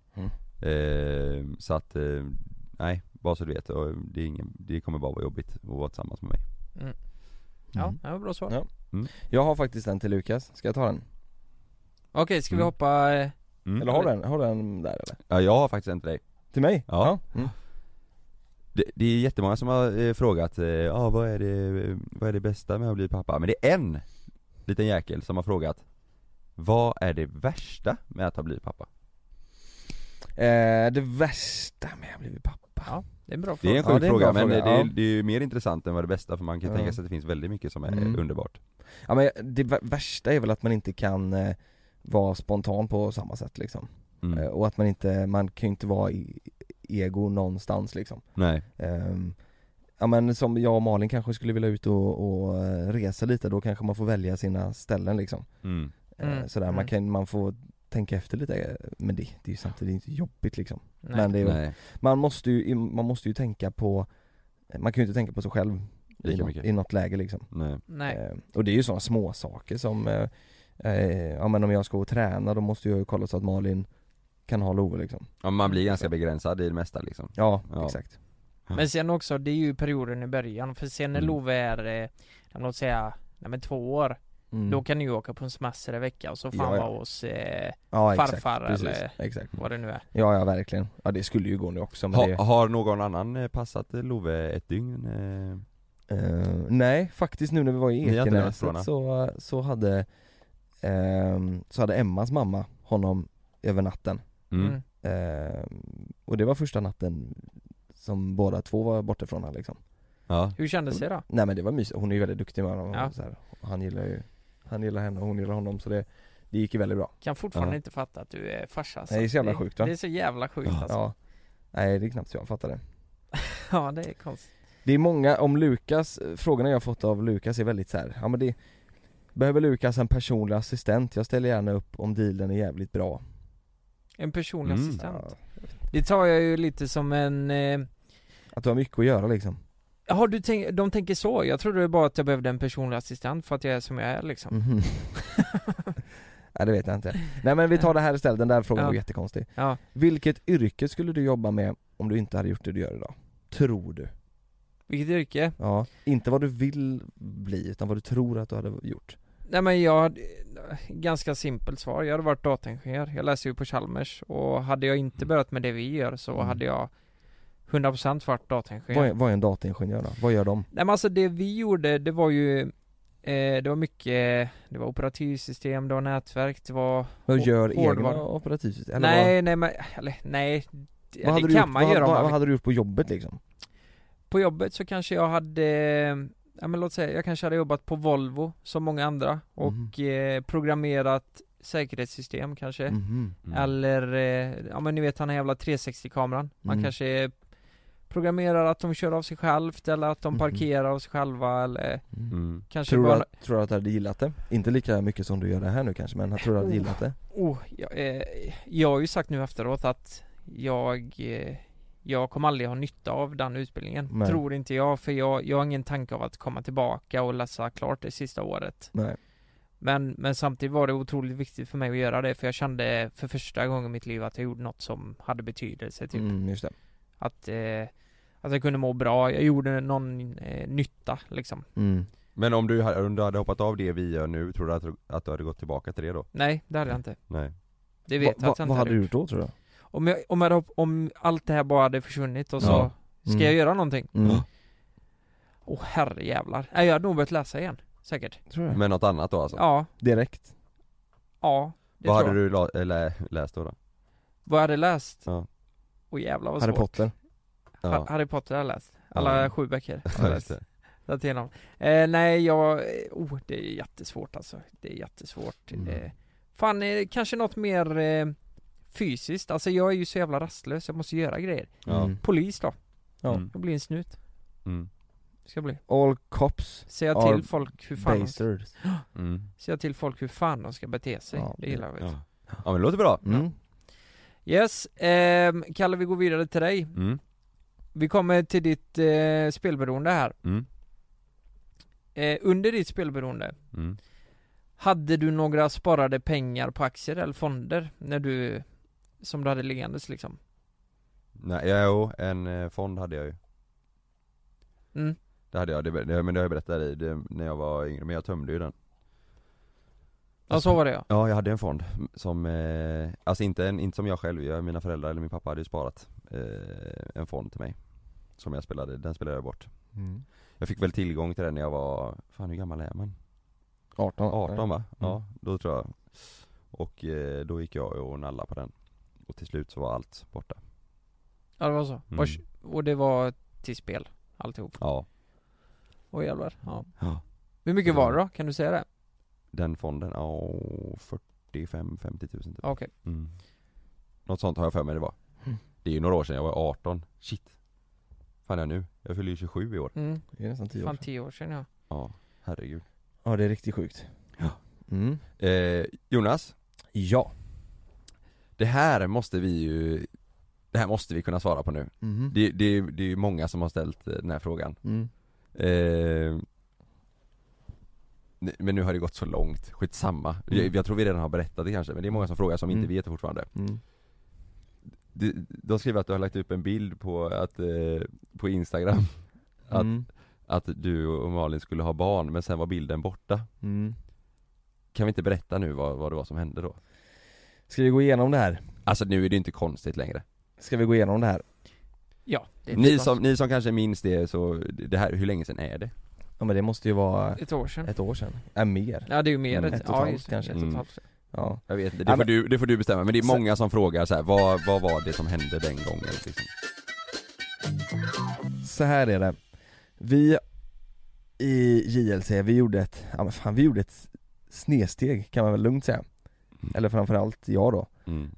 S8: Så att nej, bara så du vet, och det kommer bara vara jobbigt att vara tillsammans med mig.
S7: Ja, det var bra svar.
S6: Ja. Jag har faktiskt en till Lukas, ska jag ta den?
S7: Okej, ska vi hoppa
S6: eller har den där eller?
S8: Ja, jag har faktiskt en till dig.
S6: Till mig?
S8: Ja. Det är jättemånga som har frågat vad är det bästa med att bli pappa? Men det är en liten jäkel som har frågat: vad är det värsta med att ha blivit pappa?
S6: Det värsta med att bli pappa?
S7: Ja, det är en bra fråga.
S8: Det är en sjuk fråga, men det är ju mer intressant än vad det bästa, för man kan tänka sig att det finns väldigt mycket som är underbart.
S6: Ja, men det värsta är väl att man inte kan vara spontan på samma sätt liksom. Och att man kan ju inte vara ego någonstans liksom.
S8: Nej.
S6: Ja men som jag och Malin kanske skulle vilja ut och resa lite, då kanske man får välja sina ställen liksom. Sådär, man får tänka efter lite, men det är ju samtidigt inte jobbigt liksom.
S7: Nej.
S6: Men det är man måste ju tänka på, man kan ju inte tänka på sig själv i något läge liksom.
S7: Nej.
S6: Och det är ju sådana små saker som men om jag ska träna, då måste jag ju kolla så att Malin kan ha Love liksom.
S8: Ja, man blir ganska begränsad i det mesta liksom.
S6: Ja. Exakt.
S7: Men sen också, det är ju perioden i början, för sen när Love är låt säga 2 år, då kan du åka på en semester i vecka och så vara hos farfar eller vad det nu är.
S6: Ja, verkligen. Ja, det skulle ju gå nu också. Men
S8: har någon annan passat Love ett dygn?
S6: Nej, faktiskt nu när vi var i Ekenäset så hade Emmas mamma honom över natten. Och det var första natten som båda två var borta från honom liksom.
S8: Ja.
S7: Hur kändes det då?
S6: Nej men det var mysigt, hon är ju väldigt duktig med honom och så här. Och han gillar henne och hon gillar honom, så det gick ju väldigt bra.
S7: Kan fortfarande inte fatta att du är farsa alltså.
S6: Nej, det är så jävla sjukt, va?
S7: Det är så jävla sjukt alltså.
S6: Ja. Nej, det är knappt så jag fattar det.
S7: Ja, det är konstigt.
S6: Det är många om Lukas, frågorna jag fått av Lukas är väldigt så här. Ja men behöver Lukas en personlig assistent? Jag ställer gärna upp om dealen är jävligt bra.
S7: En personlig assistent? Ja. Det tar jag ju lite som en
S6: att du har mycket att göra liksom.
S7: Jaha, de tänker så. Jag trodde det bara att jag behövde en personlig assistent för att jag är som jag är liksom.
S6: Nej, det vet jag inte. Nej, men vi tar det här istället. Den där frågan var jättekonstig.
S7: Ja.
S6: Vilket yrke skulle du jobba med om du inte hade gjort det du gör idag? Tror du?
S7: Vilket yrke?
S6: Ja, inte vad du vill bli, utan vad du tror att du hade gjort.
S7: Nej, men jag hade ganska simpelt svar. Jag hade varit dataingenjör. Jag läser ju på Chalmers, och hade jag inte börjat med det vi gör så hade jag 100% varit dataingenjör.
S6: Vad är en dataingenjör då? Vad gör de?
S7: Nej, men alltså det vi gjorde, det var ju det var mycket, det var operativsystem, det var nätverk, det var
S6: vad gör egna operativsystem?
S7: Nej, det kan man göra.
S6: Vad hade du gjort på jobbet liksom?
S7: På jobbet så kanske jag hade låt säga, jag kanske hade jobbat på Volvo som många andra och programmerat säkerhetssystem kanske.
S6: Mhm.
S7: Eller, ja men ni vet den här jävla 360-kameran. Man
S6: Mm.
S7: kanske programmerar att de kör av sig självt eller att de parkerar av sig själva eller kanske
S6: Tror
S7: bara...
S6: du att du hade gillat det? Inte lika mycket som du gör det här nu kanske, men jag tror du hade gillat det?
S7: Jag har ju sagt nu efteråt att jag kommer aldrig ha nytta av den utbildningen.
S6: Nej.
S7: Tror inte jag, för jag har ingen tanke av att komma tillbaka och läsa klart det sista året.
S6: Nej.
S7: Men samtidigt var det otroligt viktigt för mig att göra det, för jag kände för första gången i mitt liv att jag gjorde något som hade betydelse typ.
S6: Just det.
S7: Att jag kunde må bra, jag gjorde någon nytta liksom.
S8: Men om du hade hoppat av det vi gör nu, tror du att du hade gått tillbaka till det då?
S7: Nej, det hade jag inte.
S8: Nej.
S7: Det vet jag att jag inte
S6: Vad hade du gjort då tror du?
S7: Om allt det här bara hade försvunnit och så ska jag göra någonting? Herre jävlar. Jag hade nog börjat läsa igen, säkert.
S6: Tror jag.
S8: Men något annat då alltså?
S7: Ja.
S6: Direkt?
S7: Ja, det
S8: vad
S7: tror
S8: hade du läst då?
S7: Vad jag hade läst?
S8: Ja.
S7: Jävlar vad
S6: Harry
S7: svårt.
S6: Potter?
S8: Ja.
S7: Harry Potter har jag läst. Alla 7 böcker har jag läst.
S8: Ja,
S7: Nej, det är jättesvårt alltså. Det är jättesvårt. Kanske något mer fysiskt. Alltså jag är ju så jävla rastlös. Jag måste göra grejer. Polis då. Jag blir en snut. Ska bli.
S6: All cops
S7: Säga till folk hur fan
S6: bastards.
S7: Säga till folk hur fan de ska bete sig. Det gillar vi.
S8: Ja, men det låter bra.
S7: Yes, Kalle, vi går vidare till dig. Vi kommer till ditt spelberoende här. Under ditt spelberoende hade du några sparade pengar på aktier eller fonder som du hade liggandes liksom?
S8: Nej, en fond hade jag ju. Det hade jag, men det har jag berättat i det, när jag var yngre, men jag tömde ju den.
S7: Ja, så var det
S8: Ja, jag hade en fond som, alltså inte som jag själv, mina föräldrar eller min pappa hade ju sparat en fond till mig. Som den spelade jag bort. Jag fick väl tillgång till den när jag var, fan hur gammal är man? 18 va? Ja, då tror jag. Och då gick jag och nalla på den. Och till slut så var allt borta.
S7: Ja, det var så. Och det var till spel, alltihop?
S8: Ja.
S7: Åh jävlar, ja. Hur mycket var det då? Kan du säga det?
S8: Den fonden, 45-50 000 typ.
S7: Okej.
S8: Något sånt har jag för mig det var. Det är ju några år sedan, jag var 18. Shit. Fan är jag nu? Jag fyller ju 27 i år.
S6: Det är nästan 10 år.
S7: Fan 10 år sedan, ja.
S8: Ja, herregud.
S6: Ja, det är riktigt sjukt.
S8: Ja. Jonas?
S6: Ja.
S8: Det här måste vi kunna svara på nu. Det är ju många som har ställt den här frågan. Men nu har det gått så långt. Skitsamma. Jag tror vi redan har berättat det kanske, men det är många som frågar som inte vet det fortfarande. De skriver att du har lagt upp en bild på Instagram att du och Malin skulle ha barn, men sen var bilden borta. Kan vi inte berätta nu vad det var som hände då?
S6: Ska vi gå igenom det här?
S8: Alltså nu är det inte konstigt längre.
S6: Ska vi gå igenom det här?
S7: Ja, det är
S8: ni som kanske minns det, så det här, hur länge sedan är det?
S6: Ja, men det måste ju vara
S7: ett år sedan.
S6: Mer.
S7: Ja, det är ju mer.
S6: Ett och ett halvt kanske.
S8: Ja. Jag vet inte, det får du bestämma. Men det är många som frågar så här, vad var det som hände den gången liksom?
S6: Så här är det. Vi i JLC, vi gjorde ett snedsteg, kan man väl lugnt säga. Eller framförallt jag då.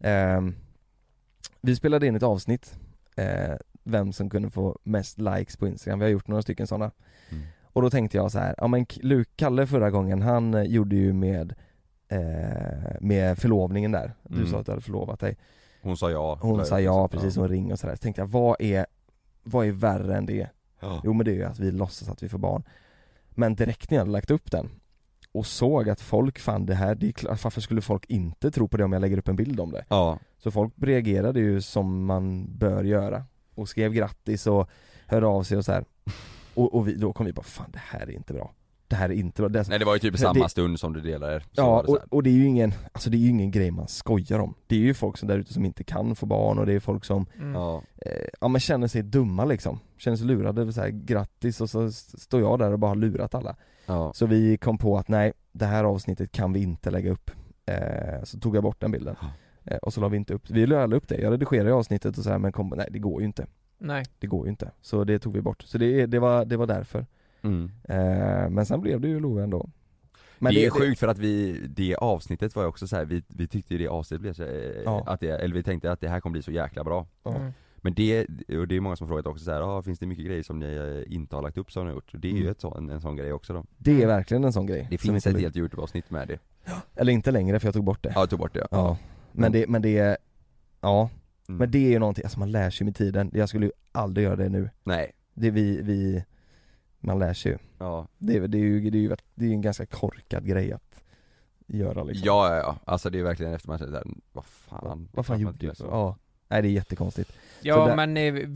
S6: Vi spelade in ett avsnitt, vem som kunde få mest likes på Instagram. Vi har gjort några stycken sådana. Och då tänkte jag så här, ja men Kalle förra gången, han gjorde ju med förlovningen där. Du sa att du hade förlovat dig.
S8: Hon sa ja.
S6: Hon sa ja, precis, hon ring och sådär. Så tänkte jag, vad är värre än det? Ja. Jo, men det är ju att vi låtsas att vi får barn. Men direkt när jag hade lagt upp den och såg att folk fann det här, varför skulle folk inte tro på det om jag lägger upp en bild om det?
S8: Ja.
S6: Så folk reagerade ju som man bör göra och skrev grattis och hörde av sig och så här. Och då kom vi bara, fan det här är inte bra. Det här är inte bra.
S8: Nej, det var ju typ samma stund som du delade.
S6: Ja, och det är ju ingen grej man skojar om. Det är ju folk som där ute som inte kan få barn, och det är folk som men känner sig dumma liksom. Känner sig lurade, så här, grattis, och så står jag där och bara har lurat alla. Ja. Så vi kom på att nej, det här avsnittet kan vi inte lägga upp. Så tog jag bort den bilden. Och så la vi inte upp. Vi la upp det. Jag redigerade avsnittet och så här, men nej, det går ju inte.
S7: Nej.
S6: Det går ju inte. Så det tog vi bort. Så det var därför. Men sen blev det ju Love ändå. Men
S8: det är sjukt för att det avsnittet var ju också så här, vi tyckte ju det avsnittet blev så, eller vi tänkte att det här kommer bli så jäkla bra. Men det är många som har frågat också så här, finns det mycket grejer som ni inte har lagt upp som ni har gjort? Det är ju en sån grej också då.
S6: Det är verkligen en sån grej.
S8: Det finns ett helt YouTube-avsnitt med det.
S6: Eller inte längre, för jag tog bort det.
S8: Ja, jag tog bort det.
S6: Ja. Men det är ju någonting, alltså man lär sig med tiden. Jag skulle ju aldrig göra det nu.
S8: Nej.
S6: Det man lär sig ju.
S8: Ja.
S6: Det är ju en ganska korkad grej att göra liksom.
S8: Ja. Alltså det är verkligen efter man säger där, vad fan
S6: gjorde du så? Ja. Nej, det är jättekonstigt.
S7: Ja, men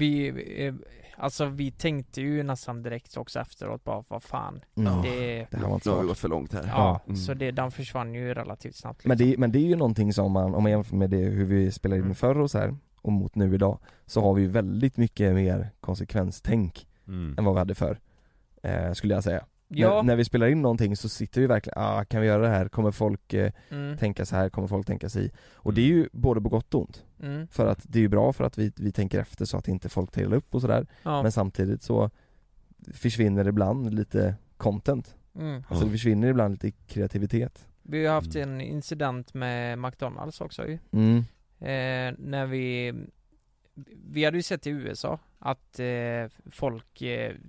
S7: vi tänkte ju nästan direkt också efteråt bara, vad fan.
S6: Det här var inte
S8: har gått för långt här.
S7: Ja, så den försvann ju relativt snabbt.
S6: Liksom. Men det är ju någonting som om man jämför med det hur vi spelade in förr och så här, och mot nu idag, så har vi ju väldigt mycket mer konsekvenstänk än vad vi hade förr, skulle jag säga.
S7: Ja.
S6: När vi spelar in någonting så sitter vi verkligen, kan vi göra det här? Kommer folk tänka så här? Kommer folk tänka sig? Och det är ju både på gott och ont. För att det är ju bra för att vi tänker efter så att inte folk tar upp och sådär. Ja. Men samtidigt så försvinner ibland lite content. Alltså det försvinner ibland lite kreativitet.
S7: Vi har haft en incident med McDonalds också ju. När vi hade ju sett i USA att folk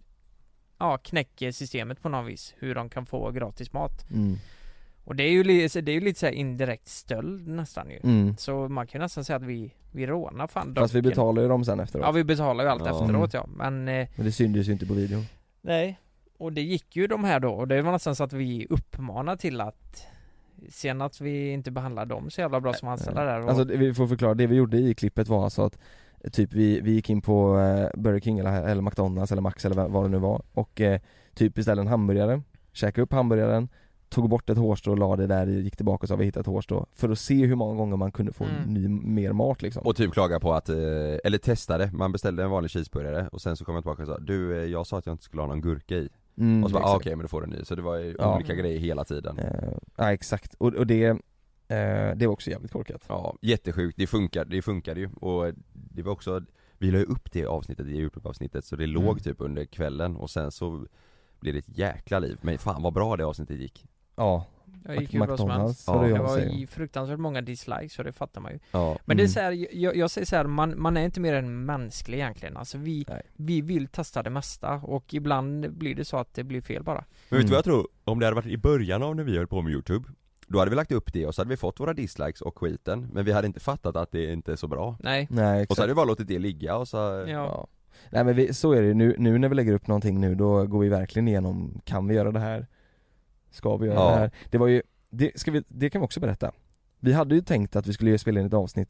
S7: knäcker systemet på något vis, hur de kan få gratis mat. Och det är ju lite så här indirekt stöld nästan ju. Så man kan nästan säga att vi rånar fan.
S6: Fast vi betalar ju dem sen efteråt.
S7: Ja, vi betalar ju allt efteråt, men
S6: det syndes ju inte på videon.
S7: Nej, och det gick ju de här då, och det var nästan så att vi uppmanar till att sen att vi inte behandlar dem så jävla bra som anställda där.
S6: Alltså vi får förklara, det vi gjorde i klippet var alltså att typ vi gick in på Burger King eller McDonalds eller Max eller vad det nu var, och typ beställde en hamburgare, käkade upp hamburgaren, tog bort ett hårstrå och la det där, gick tillbaka och sa vi hittade ett hårstrå för att se hur många gånger man kunde få mer mat liksom.
S8: Och typ klaga på att, eller testade, man beställde en vanlig cheeseburgare och sen så kom jag tillbaka och sa, jag sa att jag inte skulle ha någon gurka i. Och så bara, okej, men då får du en ny. Så det var ju olika grejer hela tiden.
S6: Ja, exakt. Och det var också jävligt korkat.
S8: Ja, jättesjukt. Det funkade ju. Och det var också, vi la ju upp det avsnittet i YouTube-avsnittet, så det låg typ under kvällen och sen så blev det ett jäkla liv. Men fan vad bra det avsnittet gick.
S6: Ja.
S7: Jag gick ju bra som helst. Det var ju fruktansvärt många dislikes, så det fattar man ju.
S8: Ja.
S7: Men det är så här, jag säger så här, man är inte mer än mänsklig egentligen. Alltså vi vill testa det mesta, och ibland blir det så att det blir fel bara.
S8: Men vet du vad jag tror? Om det hade varit i början av när vi höll på med YouTube, då hade vi lagt upp det och så hade vi fått våra dislikes och skiten, men vi hade inte fattat att det inte är så bra.
S7: Nej,
S8: och så hade vi bara låtit det ligga och så...
S7: Ja.
S6: Nej, men så är det ju nu när vi lägger upp någonting nu, då går vi verkligen igenom, kan vi göra det här? Ska vi göra det här? Det var ju, det kan vi också berätta. Vi hade ju tänkt att vi skulle spela in ett avsnitt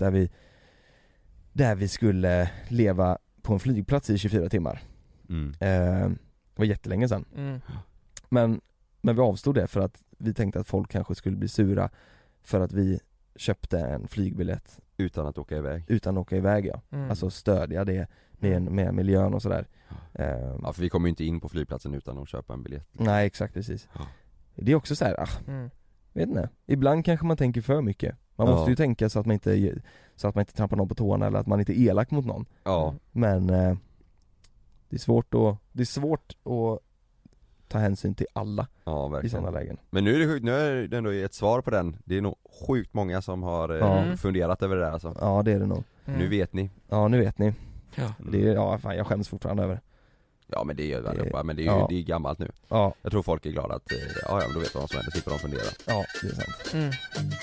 S6: där vi skulle leva på en flygplats i 24 timmar. Det var jättelänge sedan. Men vi avstod det för att vi tänkte att folk kanske skulle bli sura för att vi köpte en flygbiljett
S8: utan att åka
S6: iväg, ja. Alltså stödja det med miljön och sådär.
S8: Ja, för vi kommer ju inte in på flygplatsen utan att köpa en biljett.
S6: Nej, exakt, precis. Det är också så här, vet inte. Ibland kanske man tänker för mycket. Man måste ju tänka så att man inte trampar någon på tårna, eller att man inte är elak mot någon.
S8: Ja.
S6: Men det är svårt att ta hänsyn till alla i sådana lägen.
S8: Men nu är det sjukt, nu är det ändå ett svar på den. Det är nog sjukt många som har funderat över det där alltså.
S6: Ja, det är det nog.
S8: Nu vet ni.
S6: Ja, nu vet ni. Det är, fan, jag skäms fortfarande över det.
S8: Ja, men det gör det, men det är ju det är gammalt nu.
S6: Ja.
S8: Jag tror folk är glada att men då vet de vad som händer, slipper de fundera.
S6: Ja, det är sant.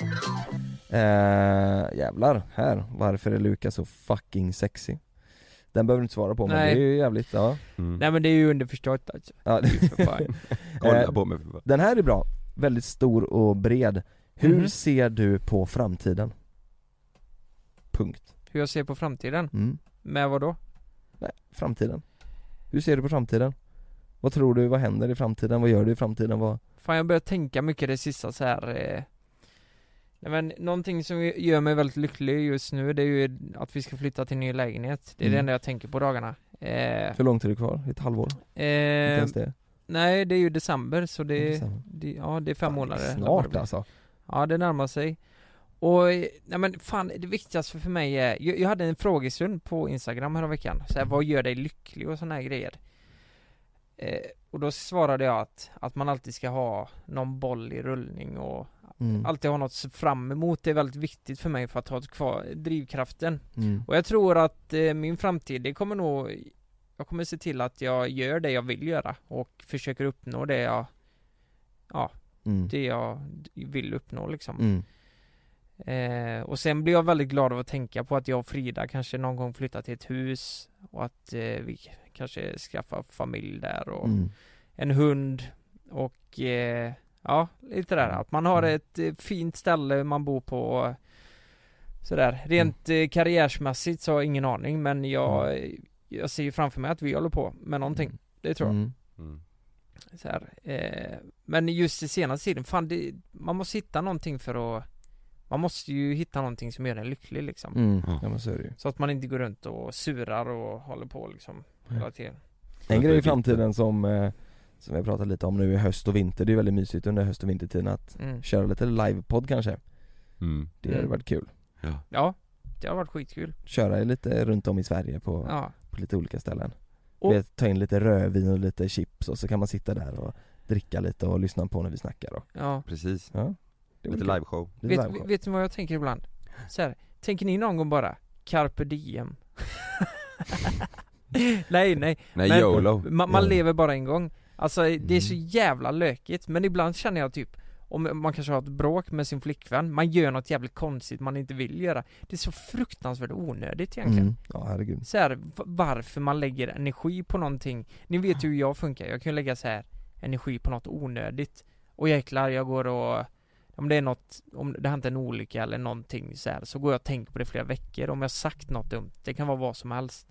S6: Jävlar, här. Varför är Lukas så fucking sexy? Den behöver du inte svara på, men det är ju jävligt,
S7: Nej, men det är ju underförstått alltså.
S6: Ja, det är för fan.
S8: Kolla på mig.
S6: Den här är bra. Väldigt stor och bred. Hur ser du på framtiden? Punkt.
S7: Hur jag ser på framtiden? Med vad då?
S6: Nej, framtiden. Hur ser du på framtiden? Vad tror du, vad händer i framtiden? Vad gör du i framtiden?
S7: Fan, jag börjar tänka mycket det sista så här. Nej, men någonting som gör mig väldigt lycklig just nu, det är ju att vi ska flytta till en ny lägenhet. Det är det enda jag tänker på dagarna.
S6: Hur långt är det kvar? Ett halvår? Inte ens det?
S7: Nej, det är ju december, så det är 5 månader.
S6: Snart alltså.
S7: Ja, det närmar sig. Och nej, men fan, det viktigaste för mig är, jag hade en frågestund på Instagram här veckan. Så här, vad gör dig lycklig och såna här grejer. Och då svarade jag att man alltid ska ha någon boll i rullning och alltid ha något fram emot. Det är väldigt viktigt för mig för att ha kvar drivkraften. Och jag tror att min framtid, det kommer nog, jag kommer se till att jag gör det jag vill göra och försöker uppnå det jag det jag vill uppnå liksom. Och sen blir jag väldigt glad av att tänka på att jag och Frida kanske någon gång flyttar till ett hus och att vi kanske skaffar familj där och en hund och lite där att man har ett fint ställe man bor på sådär. Rent karriärsmässigt så har jag ingen aning, men jag ser ju framför mig att vi håller på med någonting. Det tror jag. Så här, men just i senaste tiden, man måste hitta någonting man måste ju hitta någonting som gör en lycklig liksom.
S6: Ja, men så är det ju.
S7: Så att man inte går runt och surar och håller på liksom hela tiden.
S6: En grej i framtiden som vi pratat lite om nu i höst och vinter, det är väldigt mysigt under höst och vintertiden att köra lite livepodd kanske. Det har varit kul.
S7: Ja, det har varit skitkul.
S6: Köra lite runt om i Sverige på lite olika ställen. Ta in lite rödvin och lite chips och så kan man sitta där och dricka lite och lyssna på när vi snackar då.
S7: Ja,
S8: precis.
S6: Ja.
S8: Lite liveshow.
S7: Vet ni vad jag tänker ibland? Så här, tänker ni någon gång bara Carpe diem? nej.
S8: Nej, YOLO.
S7: Man lever bara en gång. Alltså det är så jävla lökigt. Men ibland känner jag typ, om man kanske har ett bråk med sin flickvän, man gör något jävligt konstigt man inte vill göra. Det är så fruktansvärt onödigt egentligen.
S6: Ja, herregud.
S7: Så här, varför man lägger energi på någonting. Ni vet ju hur jag funkar. Jag kan ju lägga så här energi på något onödigt. Och jäklar, jag går och om det är något, om det har inte en olycka eller någonting så här, så går jag och tänker på det flera veckor. Om jag sagt något dumt, det kan vara vad som helst.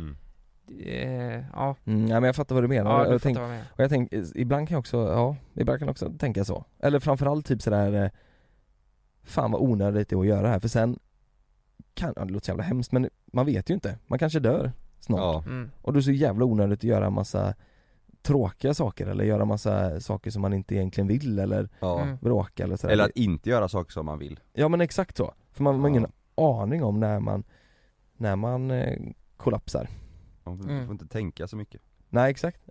S6: Ja, men jag fattar vad du menar.
S7: Ja,
S6: jag tänker, ibland kan jag också tänka så. Eller framförallt typ sådär, fan vad onödigt det är att göra här. För sen det låter så jävla hemskt, men man vet ju inte. Man kanske dör snart. Och det är så jävla onödigt att göra en massa tråkiga saker eller göra massa saker som man inte egentligen vill eller bråka eller sådär.
S8: Eller att inte göra saker som man vill.
S6: Ja, men exakt så. För man har ingen aning om när man kollapsar.
S8: Du får inte tänka så mycket.
S6: Nej, exakt.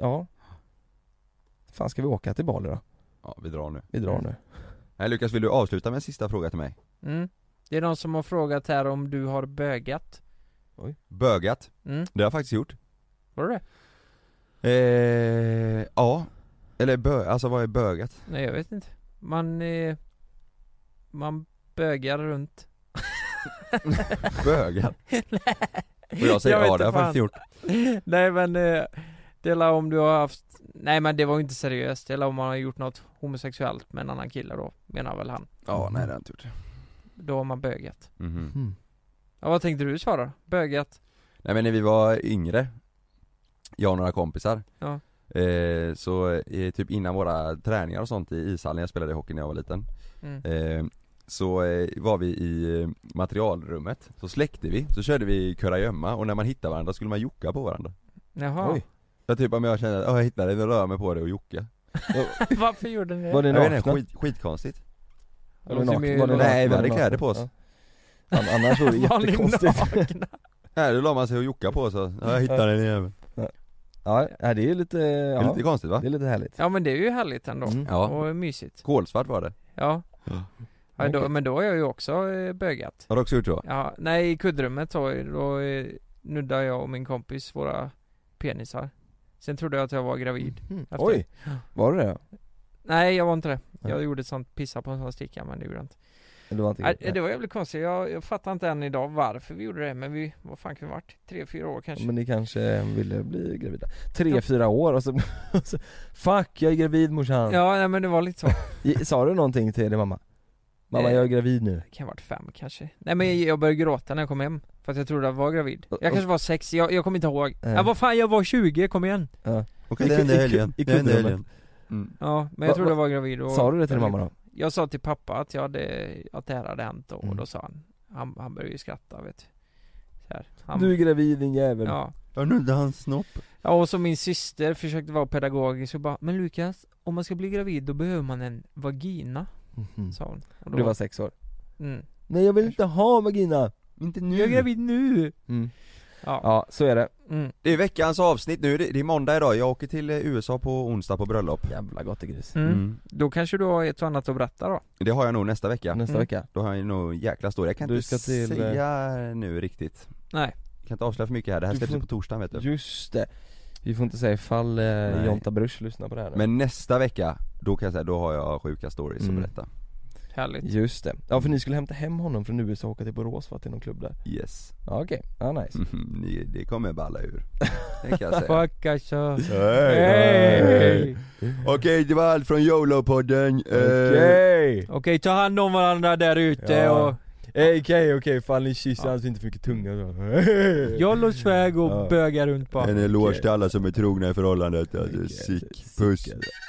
S6: Fan, ska vi åka till Bali då?
S8: Ja, vi drar nu.
S6: Nej,
S8: Lukas, vill du avsluta med en sista fråga till mig?
S7: Det är någon som har frågat här om du har bögat.
S8: Oj. Bögat? Det har jag faktiskt gjort.
S7: Var det?
S8: Ja. Eller alltså vad är bögat?
S7: Nej, jag vet inte. Man bögar runt.
S8: Bögar? Och jag säger det har jag faktiskt gjort.
S7: Nej, men det är om du har haft. Nej, men det var ju inte seriöst. Det är om man har gjort något homosexuellt med en annan kille då, menar väl han.
S8: Ja, nej, det har jag inte gjort.
S7: Då har man bögat. Ja, vad tänkte du svara? Bögat?
S8: Nej, men när vi var yngre, jag och några kompisar, så typ innan våra träningar och sånt i ishallen, jag spelade hockey när jag var liten, så var vi i materialrummet, så släckte vi, så körde vi kurragömma, och när man hittar varandra skulle man jocka på varandra.
S7: Jaha. Oj.
S8: Så typ om jag kände att jag hittade det, då rör mig på det och jocka.
S7: Varför gjorde ni det?
S6: Var det nakna?
S8: Skitkonstigt.
S6: Nej,
S8: vi hade kläder på oss.
S6: Annars var det jättekonstigt.
S8: Nej, då la man sig och jocka på, så jag hittade den igen.
S6: Ja, det är ju lite,
S8: det är lite konstigt, va?
S6: Det är lite härligt.
S7: Ja, men det är ju härligt ändå.
S8: Ja.
S7: Och mysigt.
S8: Kolsvart var det.
S7: Ja. Men då har jag ju också bögat.
S8: Har du också gjort så?
S7: Ja, nej, i kuddrummet då nuddade jag och min kompis våra penisar. Sen trodde jag att jag var gravid.
S6: Oj, var du det?
S7: Nej, jag var inte det. Jag gjorde ett sånt, pissa på en sån sticka, men det gjorde jag inte. Det var jävligt konstigt. Jag fattar inte än idag varför vi gjorde det. Men vad fan kan vi varit? 3-4 år kanske.
S6: Men ni kanske ville bli gravida 3-4 år och så fuck, jag är gravid, morsan.
S7: Ja, nej, men det var lite så.
S6: Sa du någonting till din mamma? Mamma, jag är gravid nu.
S7: Det kan ha varit 5 kanske. Nej, men jag började gråta när jag kom hem, för att jag trodde jag var gravid. Jag kanske var 6, jag kommer inte ihåg. Vad fan, jag var 20, kom igen.
S8: Okej, det hände helgen.
S7: Ja, men jag trodde jag var gravid. Och
S6: sa du det till mamma då?
S7: Jag sa till pappa att det här hade hänt då, och då sa han började ju skratta, vet du. Så här,
S6: du är gravid, din jävel.
S7: Ja.
S8: Jag nuddade hans snopp.
S7: Ja, och så min syster försökte vara pedagogisk och bara, men Lukas, om man ska bli gravid då behöver man en vagina, sa hon. Och
S6: du var 6 år.
S7: Nej,
S6: jag vill inte ha vagina.
S8: Inte nu.
S7: Jag är gravid nu.
S6: Ja, så är det.
S8: Det är veckans avsnitt nu, det är måndag idag. Jag åker till USA på onsdag på bröllop.
S6: Jävla gott i gris.
S7: Då kanske du har ett annat att berätta då.
S8: Det har jag nog nästa vecka.
S6: Vecka.
S8: Då har jag nog en jäkla stor. Jag kan
S6: Du
S8: inte
S6: ska till-
S8: säga nu riktigt.
S7: Nej.
S8: Jag kan inte avslöja för mycket här. Det här
S6: Du
S8: släpps
S6: får-
S8: på torsdagen, vet du.
S6: Just det. Vi får inte säga ifall Jonta Brusch lyssnar på det här nu.
S8: Men nästa vecka, då kan jag säga, då har jag sjuka stories att berätta.
S7: Härligt.
S6: Just det. Ja, för ni skulle hämta hem honom från USA och åka till Borås för att det är någon klubb där.
S8: Yes.
S6: Ja, okej. Ja, nice.
S8: Det kommer balla ur. Det kan jag säga.
S7: Fuck alltså.
S8: Hej. Okej, det var allt från YOLO-podden.
S7: Okej, ta hand om varandra där ute och...
S6: Okej, fall ni kysser alltså inte för mycket tunga.
S7: YOLO sväg och bögar runt på.
S8: En eloge till alla som är trogna i förhållandet. Alltså, sick. Puss.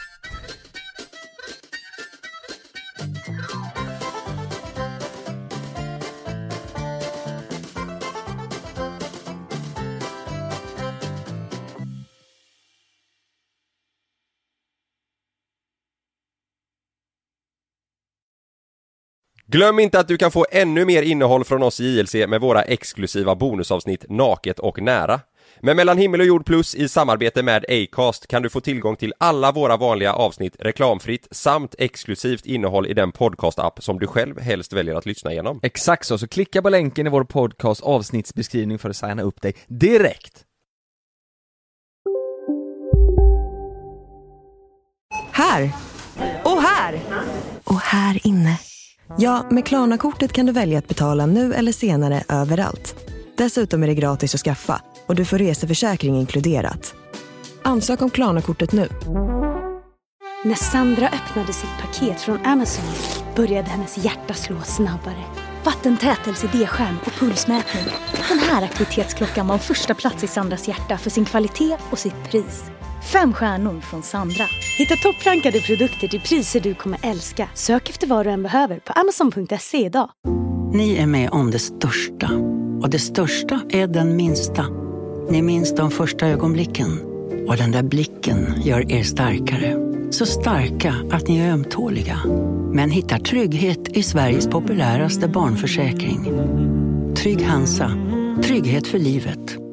S15: Glöm inte att du kan få ännu mer innehåll från oss i JLC med våra exklusiva bonusavsnitt Naket och nära. Med Mellan himmel och jord plus i samarbete med Acast kan du få tillgång till alla våra vanliga avsnitt reklamfritt samt exklusivt innehåll i den podcast-app som du själv helst väljer att lyssna igenom.
S16: Exakt så klicka på länken i vår podcast avsnittsbeskrivning för att signa upp dig direkt.
S5: Här! Och här! Och här inne. Ja, med Klarna-kortet kan du välja att betala nu eller senare överallt. Dessutom är det gratis att skaffa och du får reseförsäkring inkluderat. Ansök om Klarna-kortet nu.
S17: När Sandra öppnade sitt paket från Amazon började hennes hjärta slå snabbare. Vattentät LCD-skärm och pulsmätning. Den här aktivitetsklockan var första plats i Sandras hjärta för sin kvalitet och sitt pris. 5 stjärnor från Sandra. Hitta topprankade produkter till priser du kommer älska. Sök efter vad du än behöver på amazon.se idag.
S18: Ni är med om det största. Och det största är den minsta. Ni minns de första ögonblicken. Och den där blicken gör er starkare. Så starka att ni är ömtåliga. Men hittar trygghet i Sveriges populäraste barnförsäkring. Trygg Hansa. Trygghet för livet.